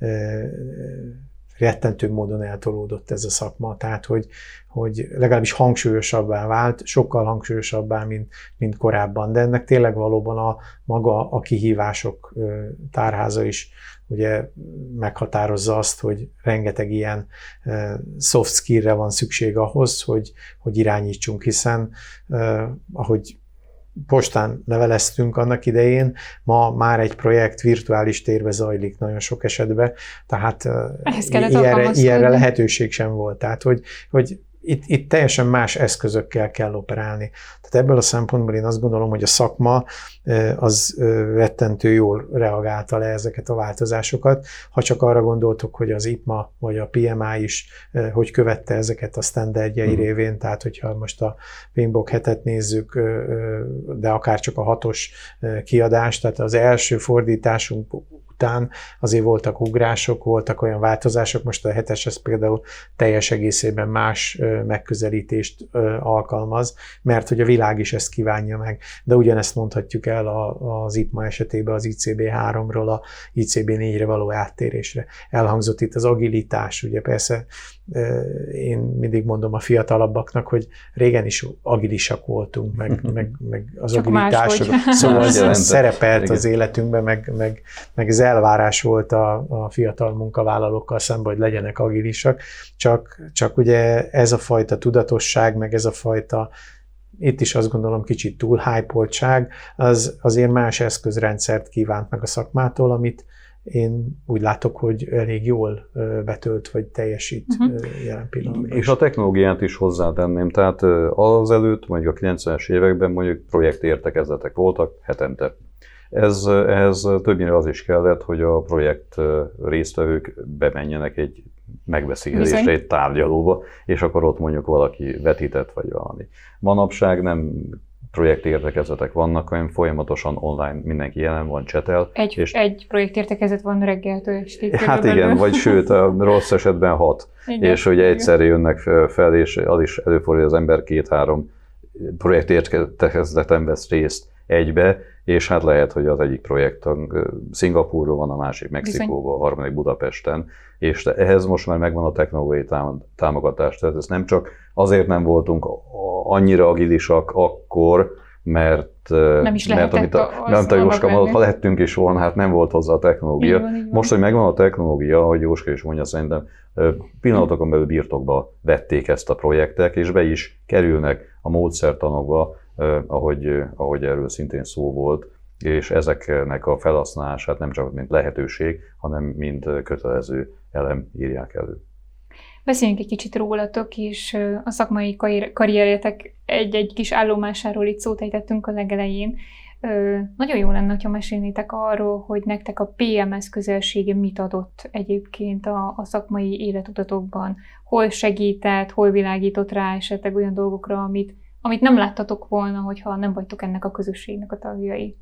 rettentő módon eltolódott ez a szakma, tehát hogy legalábbis hangsúlyosabbá vált, sokkal hangsúlyosabbá, mint korábban, de ennek tényleg valóban maga a kihívások tárháza is ugye meghatározza azt, hogy rengeteg ilyen soft skill-re van szükség ahhoz, hogy irányítsunk, hiszen ahogy postán leveleztünk annak idején, ma már egy projekt virtuális térbe zajlik nagyon sok esetben, tehát ilyenre lehetőség sem volt. Tehát, hogy itt teljesen más eszközökkel kell operálni. Tehát ebből a szempontból én azt gondolom, hogy a szakma az rettentő jól reagálta le ezeket a változásokat. Ha csak arra gondoltok, hogy az IPMA vagy a PMI is hogy követte ezeket a sztenderdjei révén, tehát hogyha most a PMBOK 7-et nézzük, de akár csak a 6-os kiadást, tehát az első fordításunk után azért voltak ugrások, voltak olyan változások, most a 7-es ez például teljes egészében más megközelítést alkalmaz, mert hogy a világ is ezt kívánja meg. De ugyanezt mondhatjuk el az IPMA esetében az ICB3-ról a ICB4-re való áttérésre. Elhangzott itt az agilitás, ugye persze én mindig mondom a fiatalabbak, hogy régen is agilisak voltunk, meg az csak agilitás, szóval az szerepelt az életünkben, meg ez elvárás volt a fiatal munkavállalókkal szemben, hogy legyenek agilisak, csak ugye ez a fajta tudatosság, meg ez a fajta, itt is azt gondolom kicsit túl hype-oltság, az azért más eszközrendszert kívánt meg a szakmától, amit én úgy látok, hogy elég jól betölt, vagy teljesít jelen pillanatban. És a technológiát is hozzátenném, tehát az előtt, mondjuk a 90-es években mondjuk projektértekezletek voltak hetente. Ez többnyire az is kellett, hogy a projekt résztvevők bemenjenek egy megbeszélésre, egy tárgyalóba, és akkor ott mondjuk valaki vetített, vagy valami. Manapság nem projektértekezletek vannak, hanem folyamatosan online mindenki jelen van, csetel. Egy projektértekezet van reggeltől estig. Hát igen, vagy sőt, a rossz esetben 6. Igen, és ugye egyszerre jönnek fel, és az is előfordul, hogy az ember 2-3 projektértekezleten vesz részt egybe, és hát lehet, hogy az egyik projekt Szingapúrról van, a másik Mexikóban, a harmadik Budapesten, és ehhez most már megvan a technológiai támogatás. Tehát ez nem csak azért nem voltunk annyira agilisak akkor, mert amit a Jóska mondott, ha lehettünk is volna, hát nem volt hozzá a technológia. Így van. Most, hogy megvan a technológia, ahogy Jóska is mondja, szerintem pillanatokon belül birtokba vették ezt a projektek, és be is kerülnek a módszertanokba, ahogy erről szintén szó volt, és ezeknek a felhasználását nem csak mint lehetőség, hanem mint kötelező elem írják elő. Beszéljünk egy kicsit rólatok, és a szakmai karrierjetek egy kis állomásáról itt szót ejtettünk a legelején. Nagyon jó lenne, ha mesélnétek arról, hogy nektek a PMS közelsége mit adott egyébként a szakmai életutatokban. Hol segített, hol világított rá esetleg olyan dolgokra, amit nem láttatok volna, hogyha nem vagytok ennek a közösségnek a tagjai.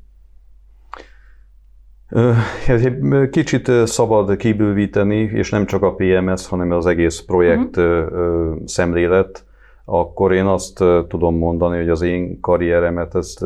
Kicsit szabad kibővíteni, és nem csak a PMS, hanem az egész projekt szemlélet. Akkor én azt tudom mondani, hogy az én karrieremet ezt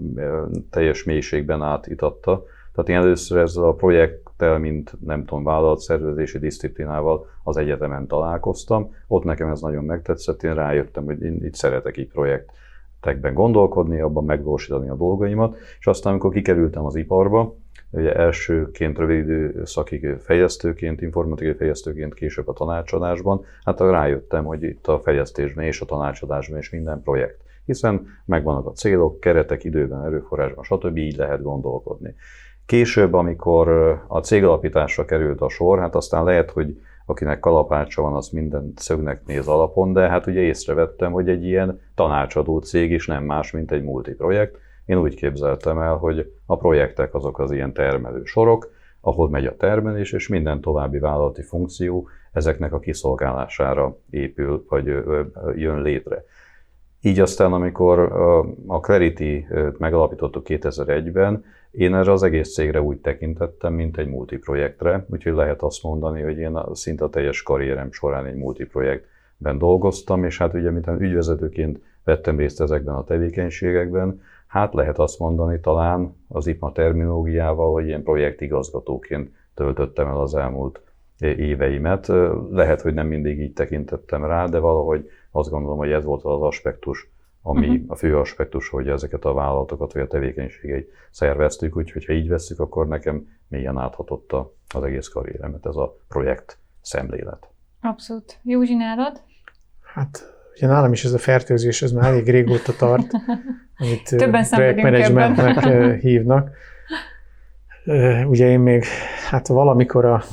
teljes mélységben átitatta. Tehát én először ezzel a projekttel, mint nem tudom, vállalatszervezési disziplinával az egyetemen találkoztam. Ott nekem ez nagyon megtetszett, én rájöttem, hogy én itt szeretek így projektekben gondolkodni, abban megvalósítani a dolgaimat, és aztán, amikor kikerültem az iparba, ugye elsőként rövid időszakig fejlesztőként, informatikai fejlesztőként, később a tanácsadásban, hát rájöttem, hogy itt a fejlesztésben és a tanácsadásban is minden projekt. Hiszen megvannak a célok, keretek, időben, erőforrásban, stb. Így lehet gondolkodni. Később, amikor a cégalapításra került a sor, hát aztán lehet, hogy akinek kalapácsa van, az minden szögnek néz alapon, de hát ugye észrevettem, hogy egy ilyen tanácsadó cég is nem más, mint egy multiprojekt. Én úgy képzeltem el, hogy a projektek azok az ilyen termelő sorok, ahol megy a termelés, és minden további vállalati funkció ezeknek a kiszolgálására épül, vagy jön létre. Így aztán, amikor a Clarity-t megalapítottuk 2001-ben, én erre az egész cégre úgy tekintettem, mint egy multiprojektre, úgyhogy lehet azt mondani, hogy én szinte a teljes karrierem során egy multiprojektben dolgoztam, és hát ugye, mint ügyvezetőként vettem részt ezekben a tevékenységekben, hát lehet azt mondani talán az IPMA terminológiával, hogy ilyen projektigazgatóként töltöttem el az elmúlt éveimet. Lehet, hogy nem mindig így tekintettem rá, de valahogy azt gondolom, hogy ez volt az aspektus, ami a fő aspektus, hogy ezeket a vállalatokat vagy a tevékenységeit szerveztük, úgyhogy ha így vesszük, akkor nekem mélyen áthatotta az egész karrieremet ez a projekt szemlélet. Abszolút. Józsi, nálad? Hát, ugye nálam is ez a fertőzés, ez már elég régóta tart, amit projektmenedzsmentnek hívnak. Ugye én még valamikor a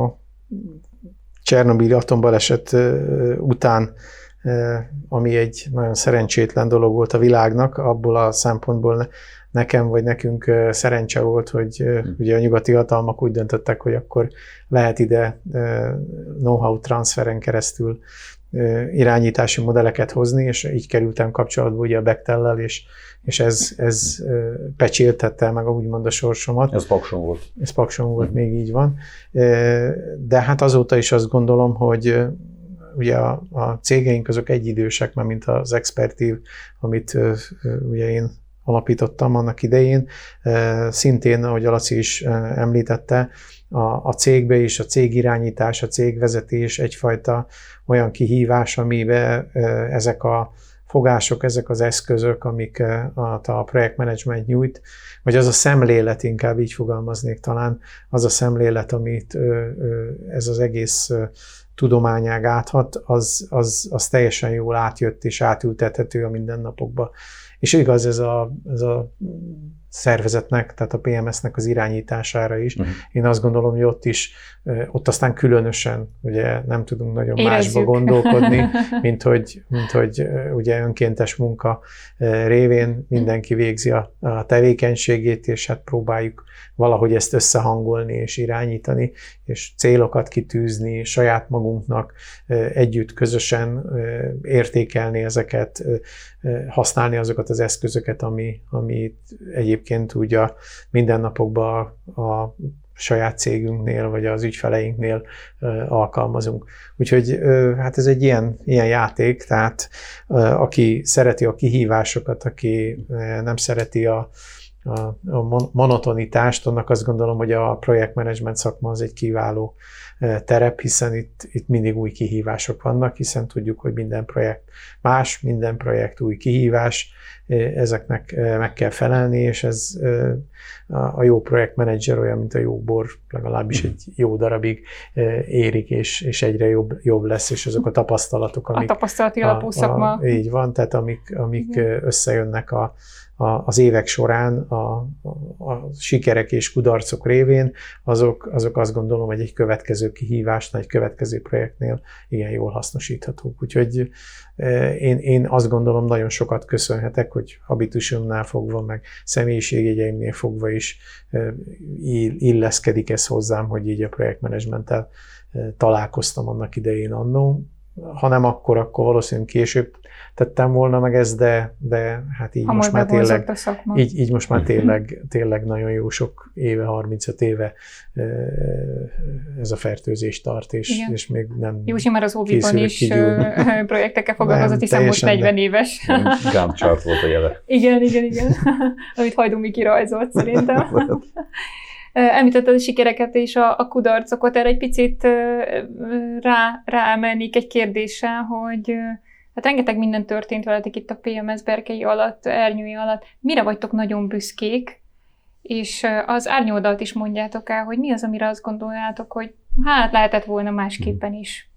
Csernobili atombaleset után, ami egy nagyon szerencsétlen dolog volt a világnak, abból a szempontból nekem vagy nekünk szerencse volt, hogy ugye a nyugati hatalmak úgy döntöttek, hogy akkor lehet ide know-how transferen keresztül irányítási modelleket hozni, és így kerültem kapcsolatba ugye a Bechtellel, és ez pecséltette meg úgymond a sorsomat. Ez Pakson volt. Ez Pakson volt, még így van. De hát azóta is azt gondolom, hogy ugye a cégeink azok egyidősek, mert mint az Expertív, amit ugye én alapítottam annak idején. Szintén, ahogy Laci is említette, a cégbe is a cégirányítás, a cégvezetés egyfajta olyan kihívás, amiben ezek a fogások, ezek az eszközök, amik a projektmenedzsment nyújt, vagy az a szemlélet, inkább így fogalmaznék talán, az a szemlélet, amit ez az egész tudományág áthat, az teljesen jól átjött és átültethető a mindennapokba. És igaz ez a szervezetnek, tehát a PMS-nek az irányítására is. Én azt gondolom, hogy ott aztán különösen ugye nem tudunk nagyon másba gondolkodni, mint hogy ugye önkéntes munka révén mindenki végzi a tevékenységét, és hát próbáljuk valahogy ezt összehangolni és irányítani, és célokat kitűzni saját magunknak, együtt, közösen értékelni ezeket, használni azokat az eszközöket, amit egyébként úgy a mindennapokban a saját cégünknél, vagy az ügyfeleinknél alkalmazunk. Úgyhogy hát ez egy ilyen játék, tehát aki szereti a kihívásokat, aki nem szereti a monotonitást, annak azt gondolom, hogy a projektmenedzsment szakma az egy kiváló terep, hiszen itt mindig új kihívások vannak, hiszen tudjuk, hogy minden projekt más, minden projekt új kihívás, ezeknek meg kell felelni, és ez a jó projektmenedzser olyan, mint a jó bor, legalábbis egy jó darabig érik, és egyre jobb lesz, és azok a tapasztalatok, amik... A tapasztalati alapú szakma. Így van, tehát amik összejönnek az évek során a sikerek és kudarcok révén, azok azt gondolom, hogy egy következő kihívásnál, egy következő projektnél igen jól hasznosíthatók. Úgyhogy én azt gondolom, nagyon sokat köszönhetek, hogy habitusomnál fogva, meg személyiségjegyeimnél fogva is illeszkedik ez hozzám, hogy így a projektmenedzsmenttel találkoztam annak idején annó. Ha nem akkor valószínűleg később tettem volna meg ezt, de hát így most már tényleg, így most már tényleg nagyon jó sok éve, 35 éve ez a fertőzés tart, és még nem Józsi már az óviban is projektekkel foglalkozott, hiszen most 40 éves. Gantt chart volt a jele. Igen. Amit Hajdú Miki rajzolt szerintem. Említetted a sikereket és a kudarcokat, erre egy picit ráemelnék egy kérdéssel, hogy hát rengeteg minden történt veletek itt a PMS berkei alatt, ernyői alatt. Mire vagytok nagyon büszkék? És az árnyoldalt is mondjátok el, hogy mi az, amire azt gondoljátok, hogy hát lehetett volna másképpen is.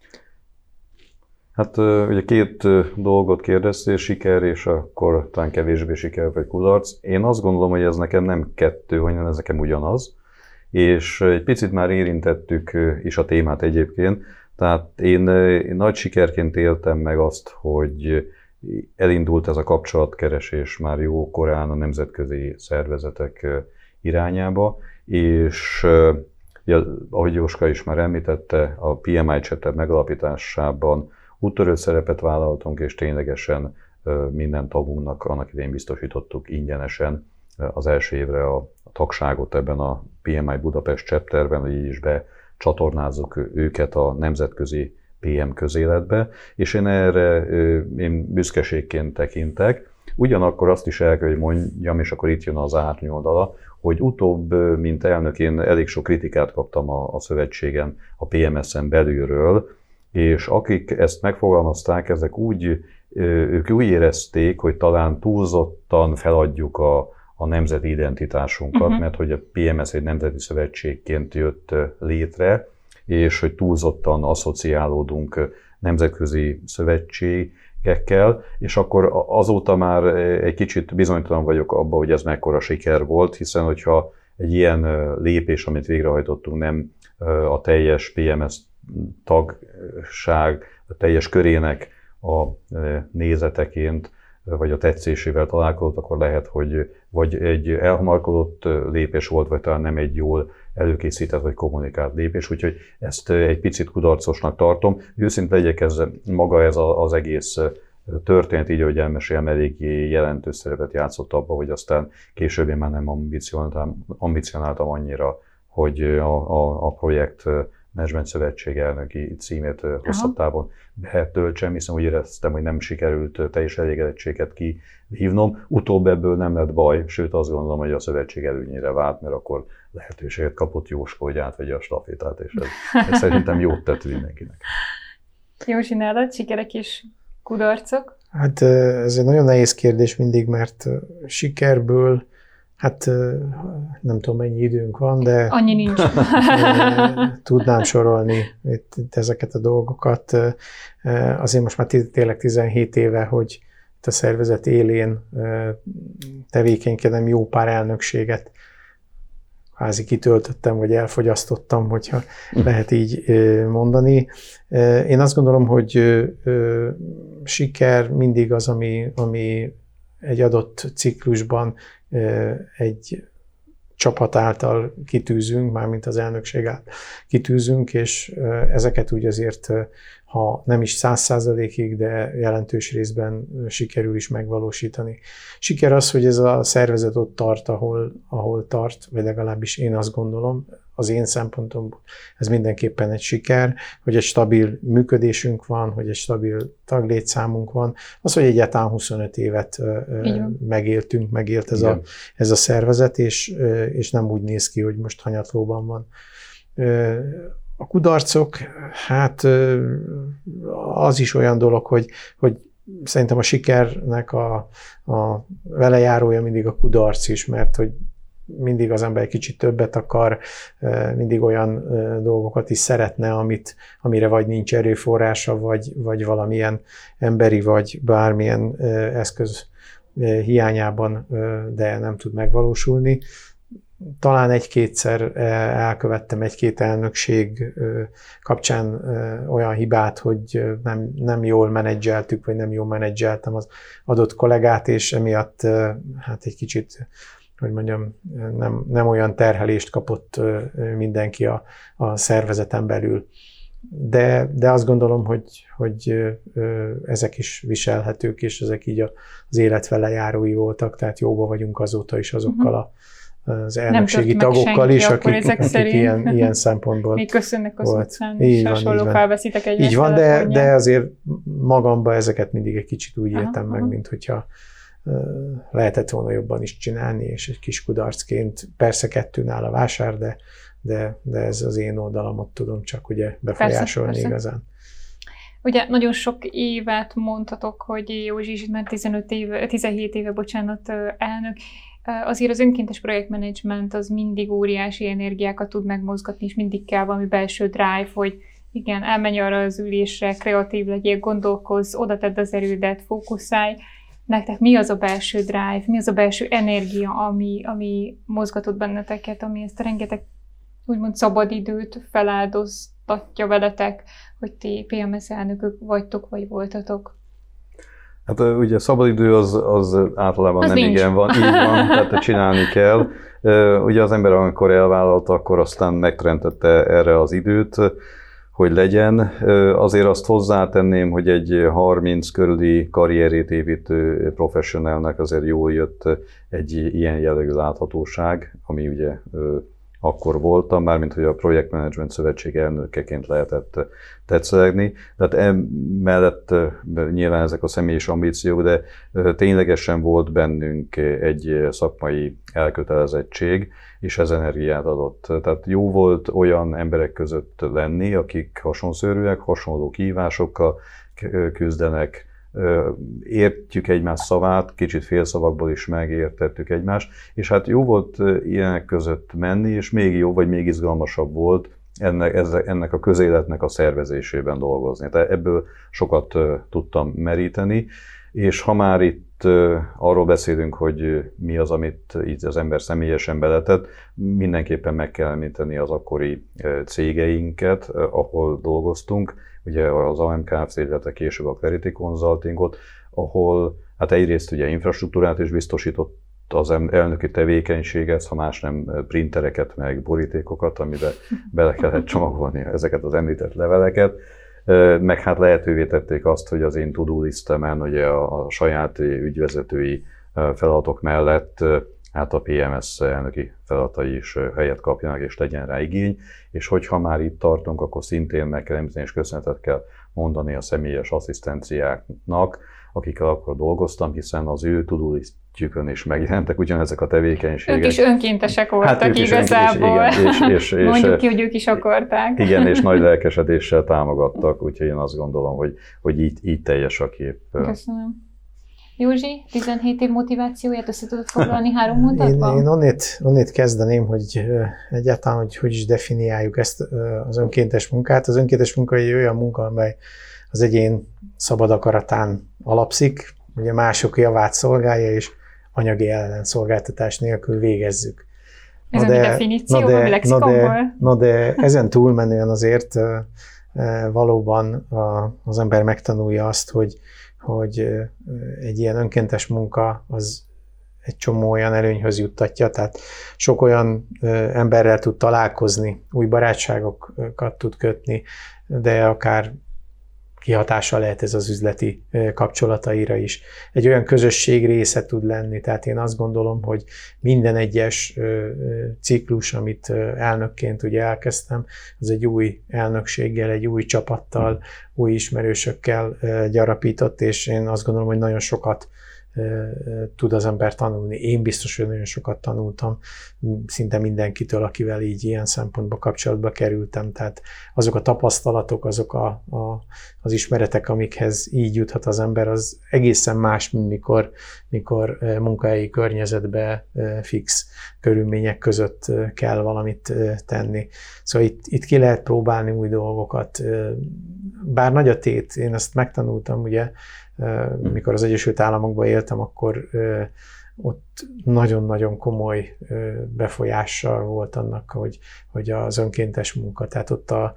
Hát ugye két dolgot kérdeztél, siker és akkor talán kevésbé siker vagy kudarc. Én azt gondolom, hogy ez nekem nem kettő, hanem ez nekem ugyanaz. És egy picit már érintettük is a témát egyébként. Tehát én nagy sikerként éltem meg azt, hogy elindult ez a kapcsolatkeresés már jó korán a nemzetközi szervezetek irányába, és ahogy Jóska is már említette, a PMI Chapter megalapításában úttörő szerepet vállaltunk, és ténylegesen minden tagunknak annak idején biztosítottuk ingyenesen az első évre a tagságot ebben a PMI Budapest Chapterben, hogy így is becsatornázzuk őket a nemzetközi PM közéletbe, és én erre büszkeségként tekintek. Ugyanakkor azt is el kell, hogy mondjam, és akkor itt jön az árnyoldala, hogy utóbb, mint elnök, én elég sok kritikát kaptam a szövetségen, a PMS-en belülről, és akik ezt megfogalmazták, ők úgy érezték, hogy talán túlzottan feladjuk a nemzeti identitásunkat, mert hogy a PMS egy nemzeti szövetségként jött létre, és hogy túlzottan asszociálódunk nemzetközi szövetségekkel, és akkor azóta már egy kicsit bizonytalan vagyok abban, hogy ez mekkora siker volt, hiszen hogyha egy ilyen lépés, amit végrehajtottunk, nem a teljes PMS tagság, a teljes körének a nézeteként vagy a tetszésével találkozott, akkor lehet, hogy vagy egy elhamarkodott lépés volt, vagy talán nem egy jól előkészített vagy kommunikált lépés, úgyhogy ezt egy picit kudarcosnak tartom. Őszinte legyek, ez az egész történet, így ahogy elmesélem, eléggé jelentős szerepet játszott abba, hogy aztán később én már nem ambicionáltam annyira, hogy a projekt Menedzsment Szövetség elnöki címét hosszabb távon betöltsem, hiszen úgy éreztem, hogy nem sikerült teljes elégedettséget kihívnom. Utóbb ebből nem lett baj, sőt azt gondolom, hogy a szövetség előnyére vált, mert akkor lehetőséget kapott Jóska, hogy átvegye a stafétát, és ez szerintem jót tett mindenkinek. Józsi, nálad sikerek és kudarcok? Hát ez egy nagyon nehéz kérdés mindig, mert sikerből, hát nem tudom, mennyi időnk van, de annyi nincs. Tudnám sorolni itt ezeket a dolgokat. Azért most már tényleg 17 éve, hogy itt a szervezet élén tevékenykedem, jó pár elnökséget kvázi kitöltöttem, vagy elfogyasztottam, hogyha lehet így mondani. Én azt gondolom, hogy siker mindig az, ami egy adott ciklusban egy csapat által kitűzünk, mármint az elnökség által kitűzünk, és ezeket úgy azért, ha nem is 100%-ig, de jelentős részben sikerül is megvalósítani. Siker az, hogy ez a szervezet ott tart, ahol tart, vagy legalábbis én azt gondolom, az én szempontomból ez mindenképpen egy siker, hogy egy stabil működésünk van, hogy egy stabil taglétszámunk van, az, hogy egyáltalán 25 évet megélt ez a szervezet, és nem úgy néz ki, hogy most hanyatlóban van. A kudarcok, hát az is olyan dolog, hogy szerintem a sikernek a velejárója mindig a kudarc is, mert hogy mindig az ember egy kicsit többet akar, mindig olyan dolgokat is szeretne, amire vagy nincs erőforrása, vagy valamilyen emberi, vagy bármilyen eszköz hiányában, de nem tud megvalósulni. Talán egy-kétszer elkövettem egy-két elnökség kapcsán olyan hibát, hogy nem jól menedzseltük, vagy nem jól menedzseltem az adott kollégát, és emiatt hát egy kicsit, hogy mondjam, nem olyan terhelést kapott mindenki a szervezeten belül. De azt gondolom, hogy ezek is viselhetők, és ezek így az élet velejárói voltak, tehát jóba vagyunk azóta is azokkal az elnökségi tagokkal is, akik ilyen szempontból még köszönnek az utcán, és hasonló felveszitek egymást. Így van, de azért magamba ezeket mindig egy kicsit úgy éltem meg, mint hogyha lehetett volna jobban is csinálni, és egy kis kudarcként, persze 2 a vásár, de ez az én oldalamot tudom csak ugye befolyásolni persze. Igazán. Ugye nagyon sok évet mondhatok, hogy Józsi is már 17 éve elnök. Azért az önkéntes projektmenedzsment az mindig óriási energiákat tud megmozgatni, és mindig kell valami belső drive, hogy igen, elmenj arra az ülésre, kreatív legyél, gondolkozz, oda tedd az erődet, fókuszálj. Nektek mi az a belső drive, mi az a belső energia, ami mozgatott benneteket, ami ezt a rengeteg úgymond szabadidőt feláldoztatja veletek, hogy ti PMS elnökök vagytok, vagy voltatok? Hát ugye szabadidő az általában az nem nincs. Igen van, így van, tehát csinálni kell. Ugye az ember, amikor elvállalta, akkor aztán megteremtette erre az időt, hogy legyen. Azért azt hozzátenném, hogy egy 30 körüli karrierét építő professionálnak azért jól jött egy ilyen jellegű láthatóság, ami ugye akkor voltam, mármint hogy a Projektmenedzsment Szövetség elnökeként lehetett tetszelegni. Tehát emellett nyilván ezek a személyes ambíciók, de ténylegesen volt bennünk egy szakmai elkötelezettség, és ez energiát adott. Tehát jó volt olyan emberek között lenni, akik hasonszörűek, hasonló kihívásokkal küzdenek, értjük egymás szavát, kicsit félszavakból is megértettük egymást, és hát jó volt ilyenek között menni, és még jobb, vagy még izgalmasabb volt ennek a közéletnek a szervezésében dolgozni. Tehát ebből sokat tudtam meríteni, és ha már itt arról beszélünk, hogy mi az, amit így az ember személyesen beletett, mindenképpen meg kell említeni az akkori cégeinket, ahol dolgoztunk, ugye az AMKFC, illetve később a Clarity Consultingot, ahol Hát egyrészt ugye infrastruktúrát is biztosított az elnöki tevékenységet, ha más nem printereket, meg borítékokat, amiben bele kellett csomagolni ezeket az említett leveleket, meg hát lehetővé tették azt, hogy az én to-do listemen ugye a saját ügyvezetői feladatok mellett hát a PMS elnöki feladatai is helyet kapjanak és legyen rá igény, és hogyha már itt tartunk, akkor szintén meg kell említeni és köszönetet kell mondani a személyes asszisztenciáknak, akikkel akkor dolgoztam, hiszen az ő to-do listjükön is megjelentek ugyanezek a tevékenységek. Ők is önkéntesek voltak hát igazából. És mondjuk ki, hogy ők is akarták. Igen, és nagy lelkesedéssel támogattak, úgyhogy én azt gondolom, hogy így teljes a kép. Köszönöm. Józsi, 17 év motivációját össze tudod foglalni 3 mondatban? Én onnét kezdeném, hogy egyáltalán, hogy is definiáljuk ezt az önkéntes munkát. Az önkéntes munka egy olyan munka, amely az egyén szabad akaratán alapszik, ugye mások javát szolgálja, és anyagi ellenszolgáltatás nélkül végezzük. Ez a mi definíció a lexikonból? De ezen túlmenően azért valóban az ember megtanulja azt, hogy egy ilyen önkéntes munka az egy csomó olyan előnyhöz juttatja, tehát sok olyan emberrel tud találkozni, új barátságokat tud kötni, de akár kihatással lehet ez az üzleti kapcsolataira is. Egy olyan közösség része tud lenni, tehát én azt gondolom, hogy minden egyes ciklus, amit elnökként ugye elkezdtem, az egy új elnökséggel, egy új csapattal, új ismerősökkel gyarapított, és én azt gondolom, hogy nagyon sokat tud az ember tanulni. Én biztos, hogy nagyon sokat tanultam szinte mindenkitől, akivel így ilyen szempontból kapcsolatba kerültem. Tehát azok a tapasztalatok, azok az ismeretek, amikhez így juthat az ember, az egészen más, mint mikor munkahelyi környezetbe fix körülmények között kell valamit tenni. Szóval itt ki lehet próbálni új dolgokat. Bár nagy a tét, én ezt megtanultam, ugye, mikor az Egyesült Államokban éltem, akkor ott nagyon-nagyon komoly befolyással volt annak, hogy az önkéntes munka, tehát ott a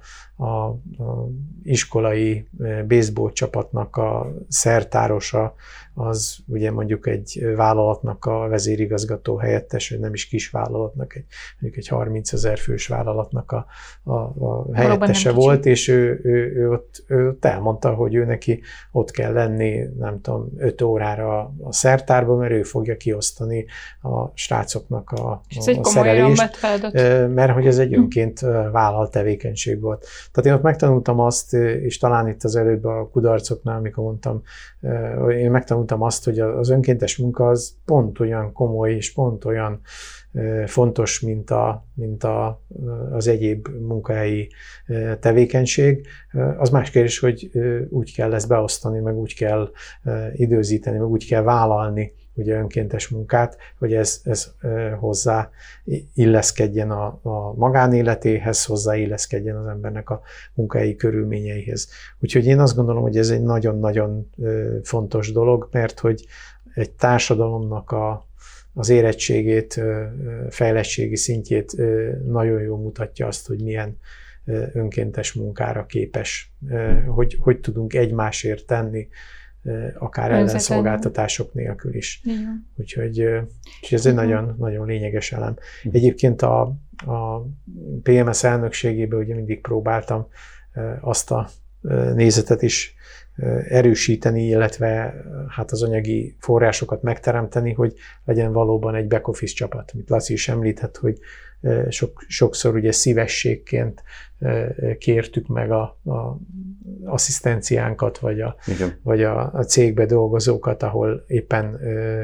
iskolai baseball csapatnak a szertárosa, az ugye mondjuk egy vállalatnak a vezérigazgató helyettes, vagy nem is kis vállalatnak, mondjuk egy 30 000 fős vállalatnak a helyettese volt, és ő ott elmondta, hogy ő neki ott kell lenni, nem tudom, 5 órára a szertárba, mert ő fogja kiosztani a srácoknak a szerelést, mert hogy ez egy önként vállalt tevékenység volt. Tehát én ott megtanultam azt, és talán itt az előbb a kudarcoknál, amikor mondtam, én megtanultam azt, hogy az önkéntes munka az pont olyan komoly, és pont olyan fontos, mint az egyéb munkahelyi tevékenység. Az más kérdés, hogy úgy kell ezt beosztani, meg úgy kell időzíteni, meg úgy kell vállalni ugye önkéntes munkát, hogy ez hozzá illeszkedjen a magánéletéhez, hozzá illeszkedjen az embernek a munkahelyi körülményeihez. Úgyhogy én azt gondolom, hogy ez egy nagyon-nagyon fontos dolog, mert hogy egy társadalomnak az érettségét, fejlettségi szintjét nagyon jól mutatja azt, hogy milyen önkéntes munkára képes, hogy tudunk egymásért tenni, akár ellenszolgáltatások nélkül is. Igen. Úgyhogy ez egy nagyon, nagyon lényeges elem. Egyébként a PMS elnökségében ugye mindig próbáltam azt a nézetet is erősíteni, illetve hát az anyagi forrásokat megteremteni, hogy legyen valóban egy back office csapat. Amit Laci is említett, hogy sokszor ugye szívességként kértük meg a asszisztenciánkat, vagy a cégbe dolgozókat, ahol éppen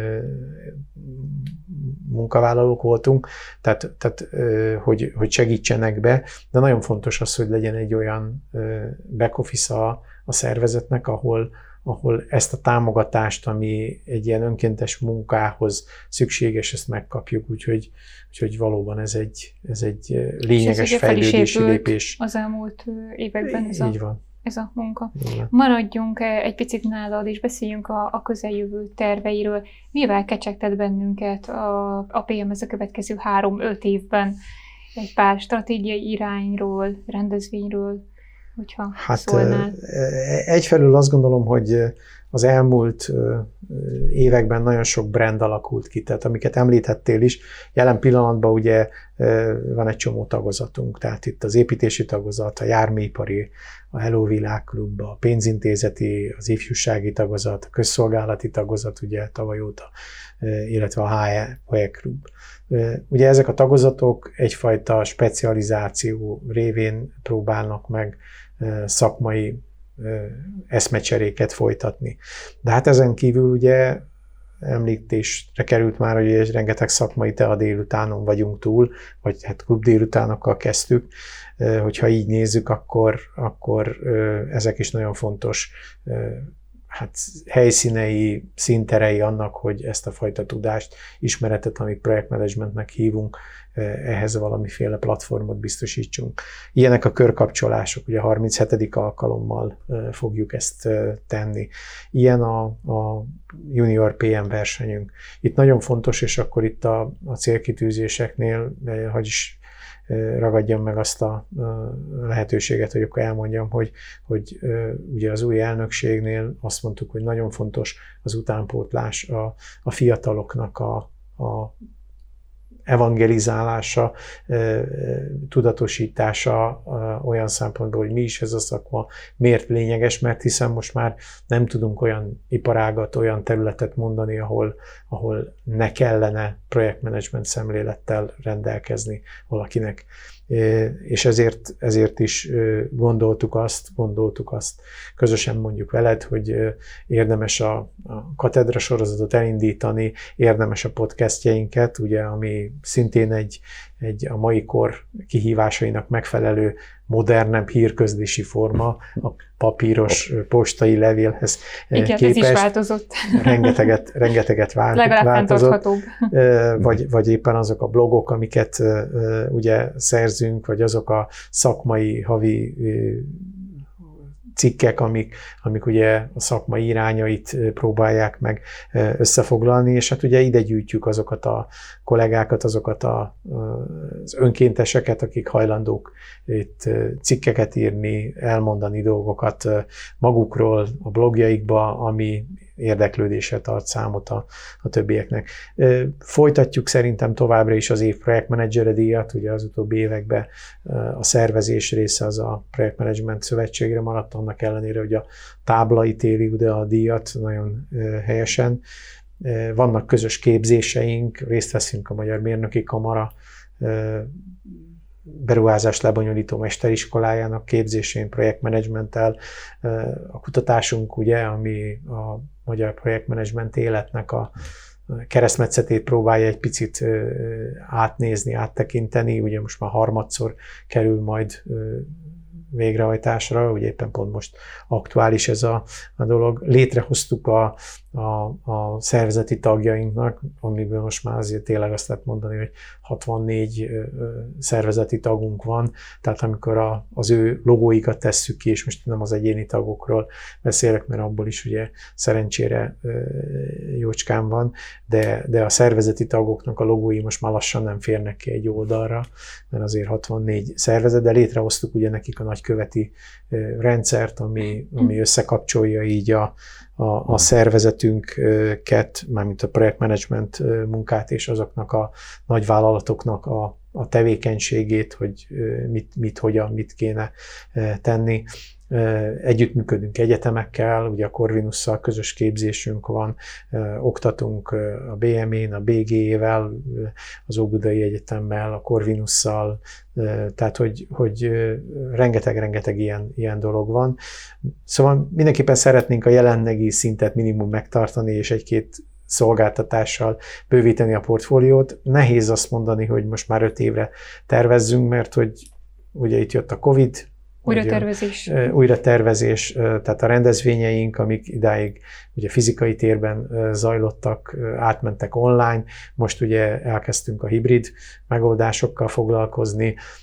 munkavállalók voltunk, tehát hogy segítsenek be, de nagyon fontos az, hogy legyen egy olyan back office a szervezetnek, ahol ezt a támogatást, ami egy ilyen önkéntes munkához szükséges, ezt megkapjuk, úgyhogy valóban ez egy lényeges fejlődési lépés. Az elmúlt években így van. Ez a munka. Igen. Maradjunk egy picit nálad, és beszéljünk a közeljövő terveiről. Mivel kecsegtet bennünket a PMS a következő 3-5 évben? Egy pár stratégiai irányról, rendezvényről, hogyha szólnál. Egyfelől azt gondolom, hogy az elmúlt években nagyon sok brand alakult ki, tehát amiket említettél is, jelen pillanatban ugye van egy csomó tagozatunk, tehát itt az építési tagozat, a járműipari, a Hello Világklub, a pénzintézeti, az ifjúsági tagozat, a közszolgálati tagozat, ugye tavaly óta, illetve a HE Klub. Ugye ezek a tagozatok egyfajta specializáció révén próbálnak meg szakmai eszmecseréket folytatni. De hát ezen kívül ugye említésre került már, hogy rengeteg szakmai tea délutánon vagyunk túl, vagy hát klub délutánokkal kezdtük. Hogyha így nézzük, akkor ezek is nagyon fontos hát helyszínei, színterei annak, hogy ezt a fajta tudást, ismeretet, amit projektmenedzsmentnek hívunk, ehhez valamiféle platformot biztosítsunk. Ilyenek a körkapcsolások, ugye a 37. alkalommal fogjuk ezt tenni. Ilyen a Junior PM versenyünk. Itt nagyon fontos, és akkor itt a célkitűzéseknél, hogy is ragadjam meg azt a lehetőséget, hogy akkor elmondjam, hogy ugye az új elnökségnél azt mondtuk, hogy nagyon fontos az utánpótlás, a fiataloknak a evangelizálása, tudatosítása olyan szempontból, hogy mi is ez a szakma, miért lényeges, mert hiszen most már nem tudunk olyan iparágat, olyan területet mondani, ahol ne kellene projektmenedzsment szemlélettel rendelkezni valakinek. És ezért is gondoltuk azt, közösen mondjuk veled, hogy érdemes a katedra sorozatot elindítani, érdemes a podcastjeinket, ugye, ami szintén egy a mai kor kihívásainak megfelelő, modernebb hírközlési forma, a papíros postai levélhez igen, képest. Ez is változott. Rengeteget változott. Vagy éppen azok a blogok, amiket ugye szerzünk, vagy azok a szakmai havi cikkek, amik ugye a szakmai irányait próbálják meg összefoglalni, és hát ugye ide gyűjtjük azokat a kollégákat, azokat az önkénteseket, akik hajlandók itt cikkeket írni, elmondani dolgokat magukról a blogjaikba, ami érdeklődésre tart számot a többieknek. Folytatjuk szerintem továbbra is az év projektmenedzsere díjat, ugye az utóbbi években a szervezés része az a Projektmenedzsment Szövetségre maradt, annak ellenére, hogy a tábla ítéli ide a díjat nagyon helyesen. Vannak közös képzéseink, részt veszünk a Magyar Mérnöki Kamara beruházás lebonyolító mesteriskolájának képzésén, projektmenedzsmenttel. A kutatásunk, ugye, ami a magyar projektmenedzsment életnek a keresztmetszetét próbálja egy picit átnézni, áttekinteni, ugye most már harmadszor kerül majd végrehajtásra, ugye éppen pont most aktuális ez a dolog. Létrehoztuk a szervezeti tagjainknak, amiből most már azért tényleg azt lehet mondani, hogy 64 szervezeti tagunk van, tehát amikor az ő logóikat tesszük ki, és most nem az egyéni tagokról beszélek, mert abból is ugye szerencsére jócskán van, de a szervezeti tagoknak a logói most már lassan nem férnek ki egy oldalra, mert azért 64 szervezet, de létrehoztuk ugye nekik a nagyköveti rendszert, ami összekapcsolja így a szervezetünket, mármint a projektmenedzsment munkát és azoknak a nagyvállalatoknak a tevékenységét, hogy mit kéne tenni. Együttműködünk egyetemekkel, ugye a Corvinusszal közös képzésünk van, oktatunk a BME-n, a BGE-vel, az Óbudai Egyetemmel, a Corvinusszal, tehát hogy rengeteg ilyen dolog van. Szóval mindenképpen szeretnénk a jelenlegi szintet minimum megtartani, és egy-két szolgáltatással bővíteni a portfóliót. Nehéz azt mondani, hogy most már 5 évre tervezzünk, mert hogy ugye itt jött a Covid, újratervezés, tehát a rendezvényeink, amik idáig ugye fizikai térben zajlottak, átmentek online, most ugye elkezdtünk a hibrid megoldásokkal foglalkozni,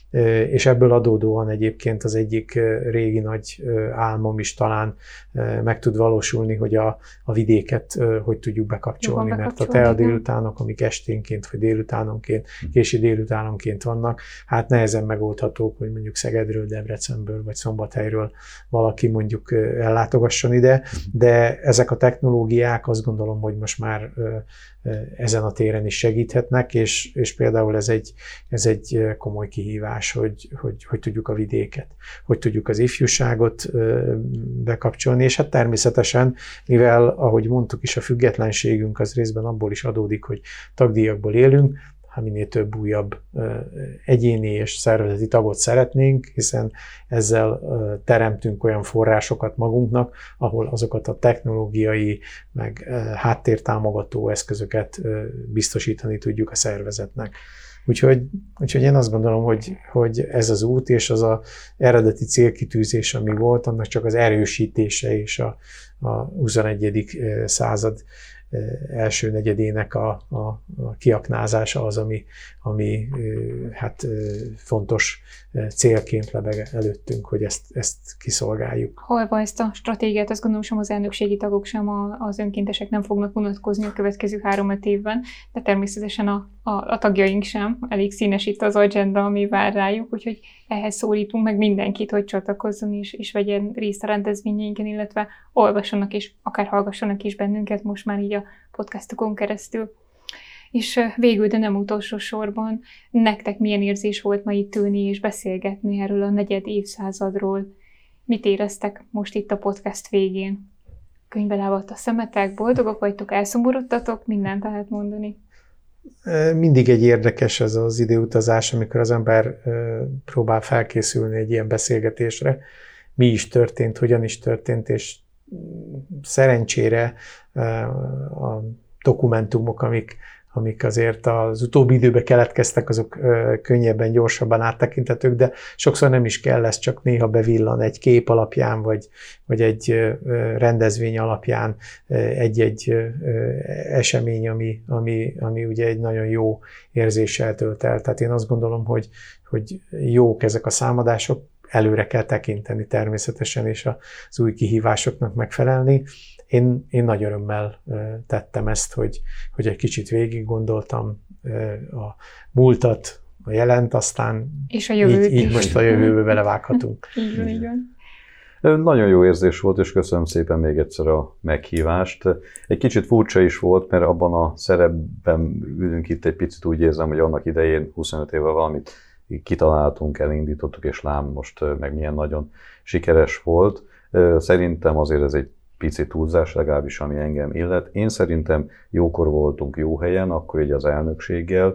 és ebből adódóan egyébként az egyik régi nagy álmom is talán meg tud valósulni, hogy a vidéket hogy tudjuk bekapcsolni, mert a tea délutánok, amik esténként vagy délutánonként, késő délutánonként vannak, hát nehezen megoldhatók, hogy mondjuk Szegedről, Debrecenből vagy Szombathelyről valaki mondjuk ellátogasson ide, de ezek a technológiák azt gondolom, hogy most már ezen a téren is segíthetnek, és például ez egy komoly kihívás, hogy tudjuk a vidéket, hogy tudjuk az ifjúságot bekapcsolni, és hát természetesen, mivel, ahogy mondtuk is, a függetlenségünk az részben abból is adódik, hogy tagdíjakból élünk, ha minél több újabb egyéni és szervezeti tagot szeretnénk, hiszen ezzel teremtünk olyan forrásokat magunknak, ahol azokat a technológiai, meg háttértámogató eszközöket biztosítani tudjuk a szervezetnek. Úgyhogy én azt gondolom, hogy ez az út és az az eredeti célkitűzés, ami volt, annak csak az erősítése és a 21. század első negyedének a kiaknázása az, ami hát fontos célként lebeg előttünk, hogy ezt kiszolgáljuk. Halva ezt a stratégiát, azt gondolom, sem az elnökségi tagok, sem az önkéntesek nem fognak unatkozni a következő 3-5 évben, de természetesen a tagjaink sem. Elég színes itt az agenda, ami vár rájuk, úgyhogy ehhez szólítunk meg mindenkit, hogy csatlakozzon és vegyen részt a rendezvényeinken, illetve olvassanak és akár hallgassanak is bennünket most már így a podcastokon keresztül. És végül, de nem utolsó sorban, nektek milyen érzés volt ma itt ülni és beszélgetni erről a negyed évszázadról? Mit éreztek most itt a podcast végén? Könyvbe lábadt a szemetek, boldogok vagytok, elszomorodtatok, mindent lehet mondani? Mindig egy érdekes ez az időutazás, amikor az ember próbál felkészülni egy ilyen beszélgetésre. Mi is történt, hogyan is történt, és szerencsére a dokumentumok, amik azért az utóbbi időben keletkeztek, azok könnyebben, gyorsabban áttekinthetők, de sokszor nem is kell, ez csak néha bevillan egy kép alapján, vagy egy rendezvény alapján egy esemény, ami ugye egy nagyon jó érzéssel tölt el. Tehát én azt gondolom, hogy jók ezek a számadások, előre kell tekinteni természetesen, és az új kihívásoknak megfelelni. Én nagy örömmel tettem ezt, hogy egy kicsit végig gondoltam a múltat, a jelent, aztán és a jövőt így most a jövőbe belevághatunk. így van. Nagyon jó érzés volt, és köszönöm szépen még egyszer a meghívást. Egy kicsit furcsa is volt, mert abban a szerepben ülünk itt egy picit, úgy érzem, hogy annak idején 25 évvel valamit kitaláltunk, elindítottuk, és lám most meg milyen nagyon sikeres volt. Szerintem azért ez egy pici túlzás, legalábbis ami engem illet. Én szerintem jókor voltunk jó helyen, akkor így az elnökséggel,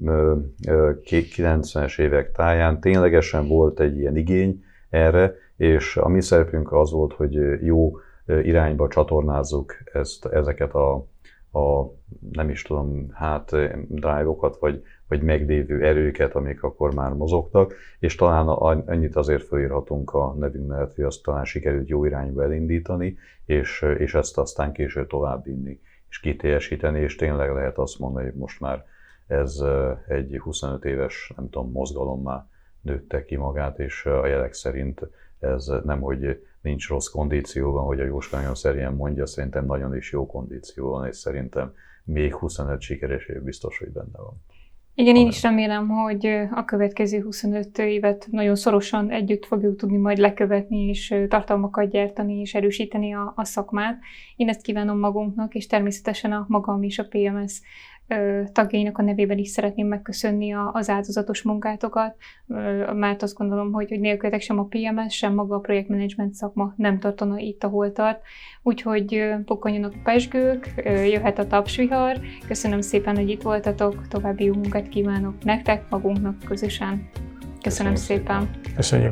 90-es évek táján ténylegesen volt egy ilyen igény erre, és a mi szerepünk az volt, hogy jó irányba csatornázzuk ezeket a nem is tudom, drive-okat, vagy meglévő erőket, amik akkor már mozogtak, és talán annyit azért fölírhatunk a nevünk mellett, hogy azt talán sikerült jó irányba elindítani, és ezt aztán később továbbvinni, és kiteljesíteni, és tényleg lehet azt mondani, hogy most már ez egy 25 éves, nem tudom, mozgalommá nőtte ki magát, és a jelek szerint ez nem, hogy nincs rossz kondícióban, hogy a Jóska nagyon szerényen mondja, szerintem nagyon is jó kondíció van, és szerintem még 25 sikeres év biztos, hogy benne van. Igen, én is remélem, hogy a következő 25 évet nagyon szorosan együtt fogjuk tudni majd lekövetni, és tartalmakat gyártani, és erősíteni a szakmát. Én ezt kívánom magunknak, és természetesen a magam és a PMS tagjainak a nevében is szeretném megköszönni az áldozatos munkátokat, mert azt gondolom, hogy nélkületek sem a PMS, sem maga a projektmenedzsment szakma nem tartana itt, ahol tart. Úgyhogy pukkanjanak a pezsgők, jöhet a tapsvihar. Köszönöm szépen, hogy itt voltatok, további jó munkát kívánok nektek, magunknak közösen. Köszönöm szépen. Köszönjük.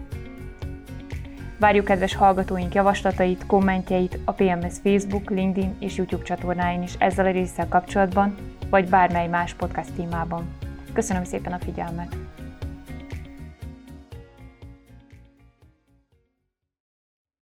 Várjuk kedves hallgatóink javaslatait, kommentjeit a PMS Facebook, LinkedIn és YouTube csatornáin is ezzel a résszel kapcsolatban, vagy bármely más podcast témában. Köszönöm szépen a figyelmet!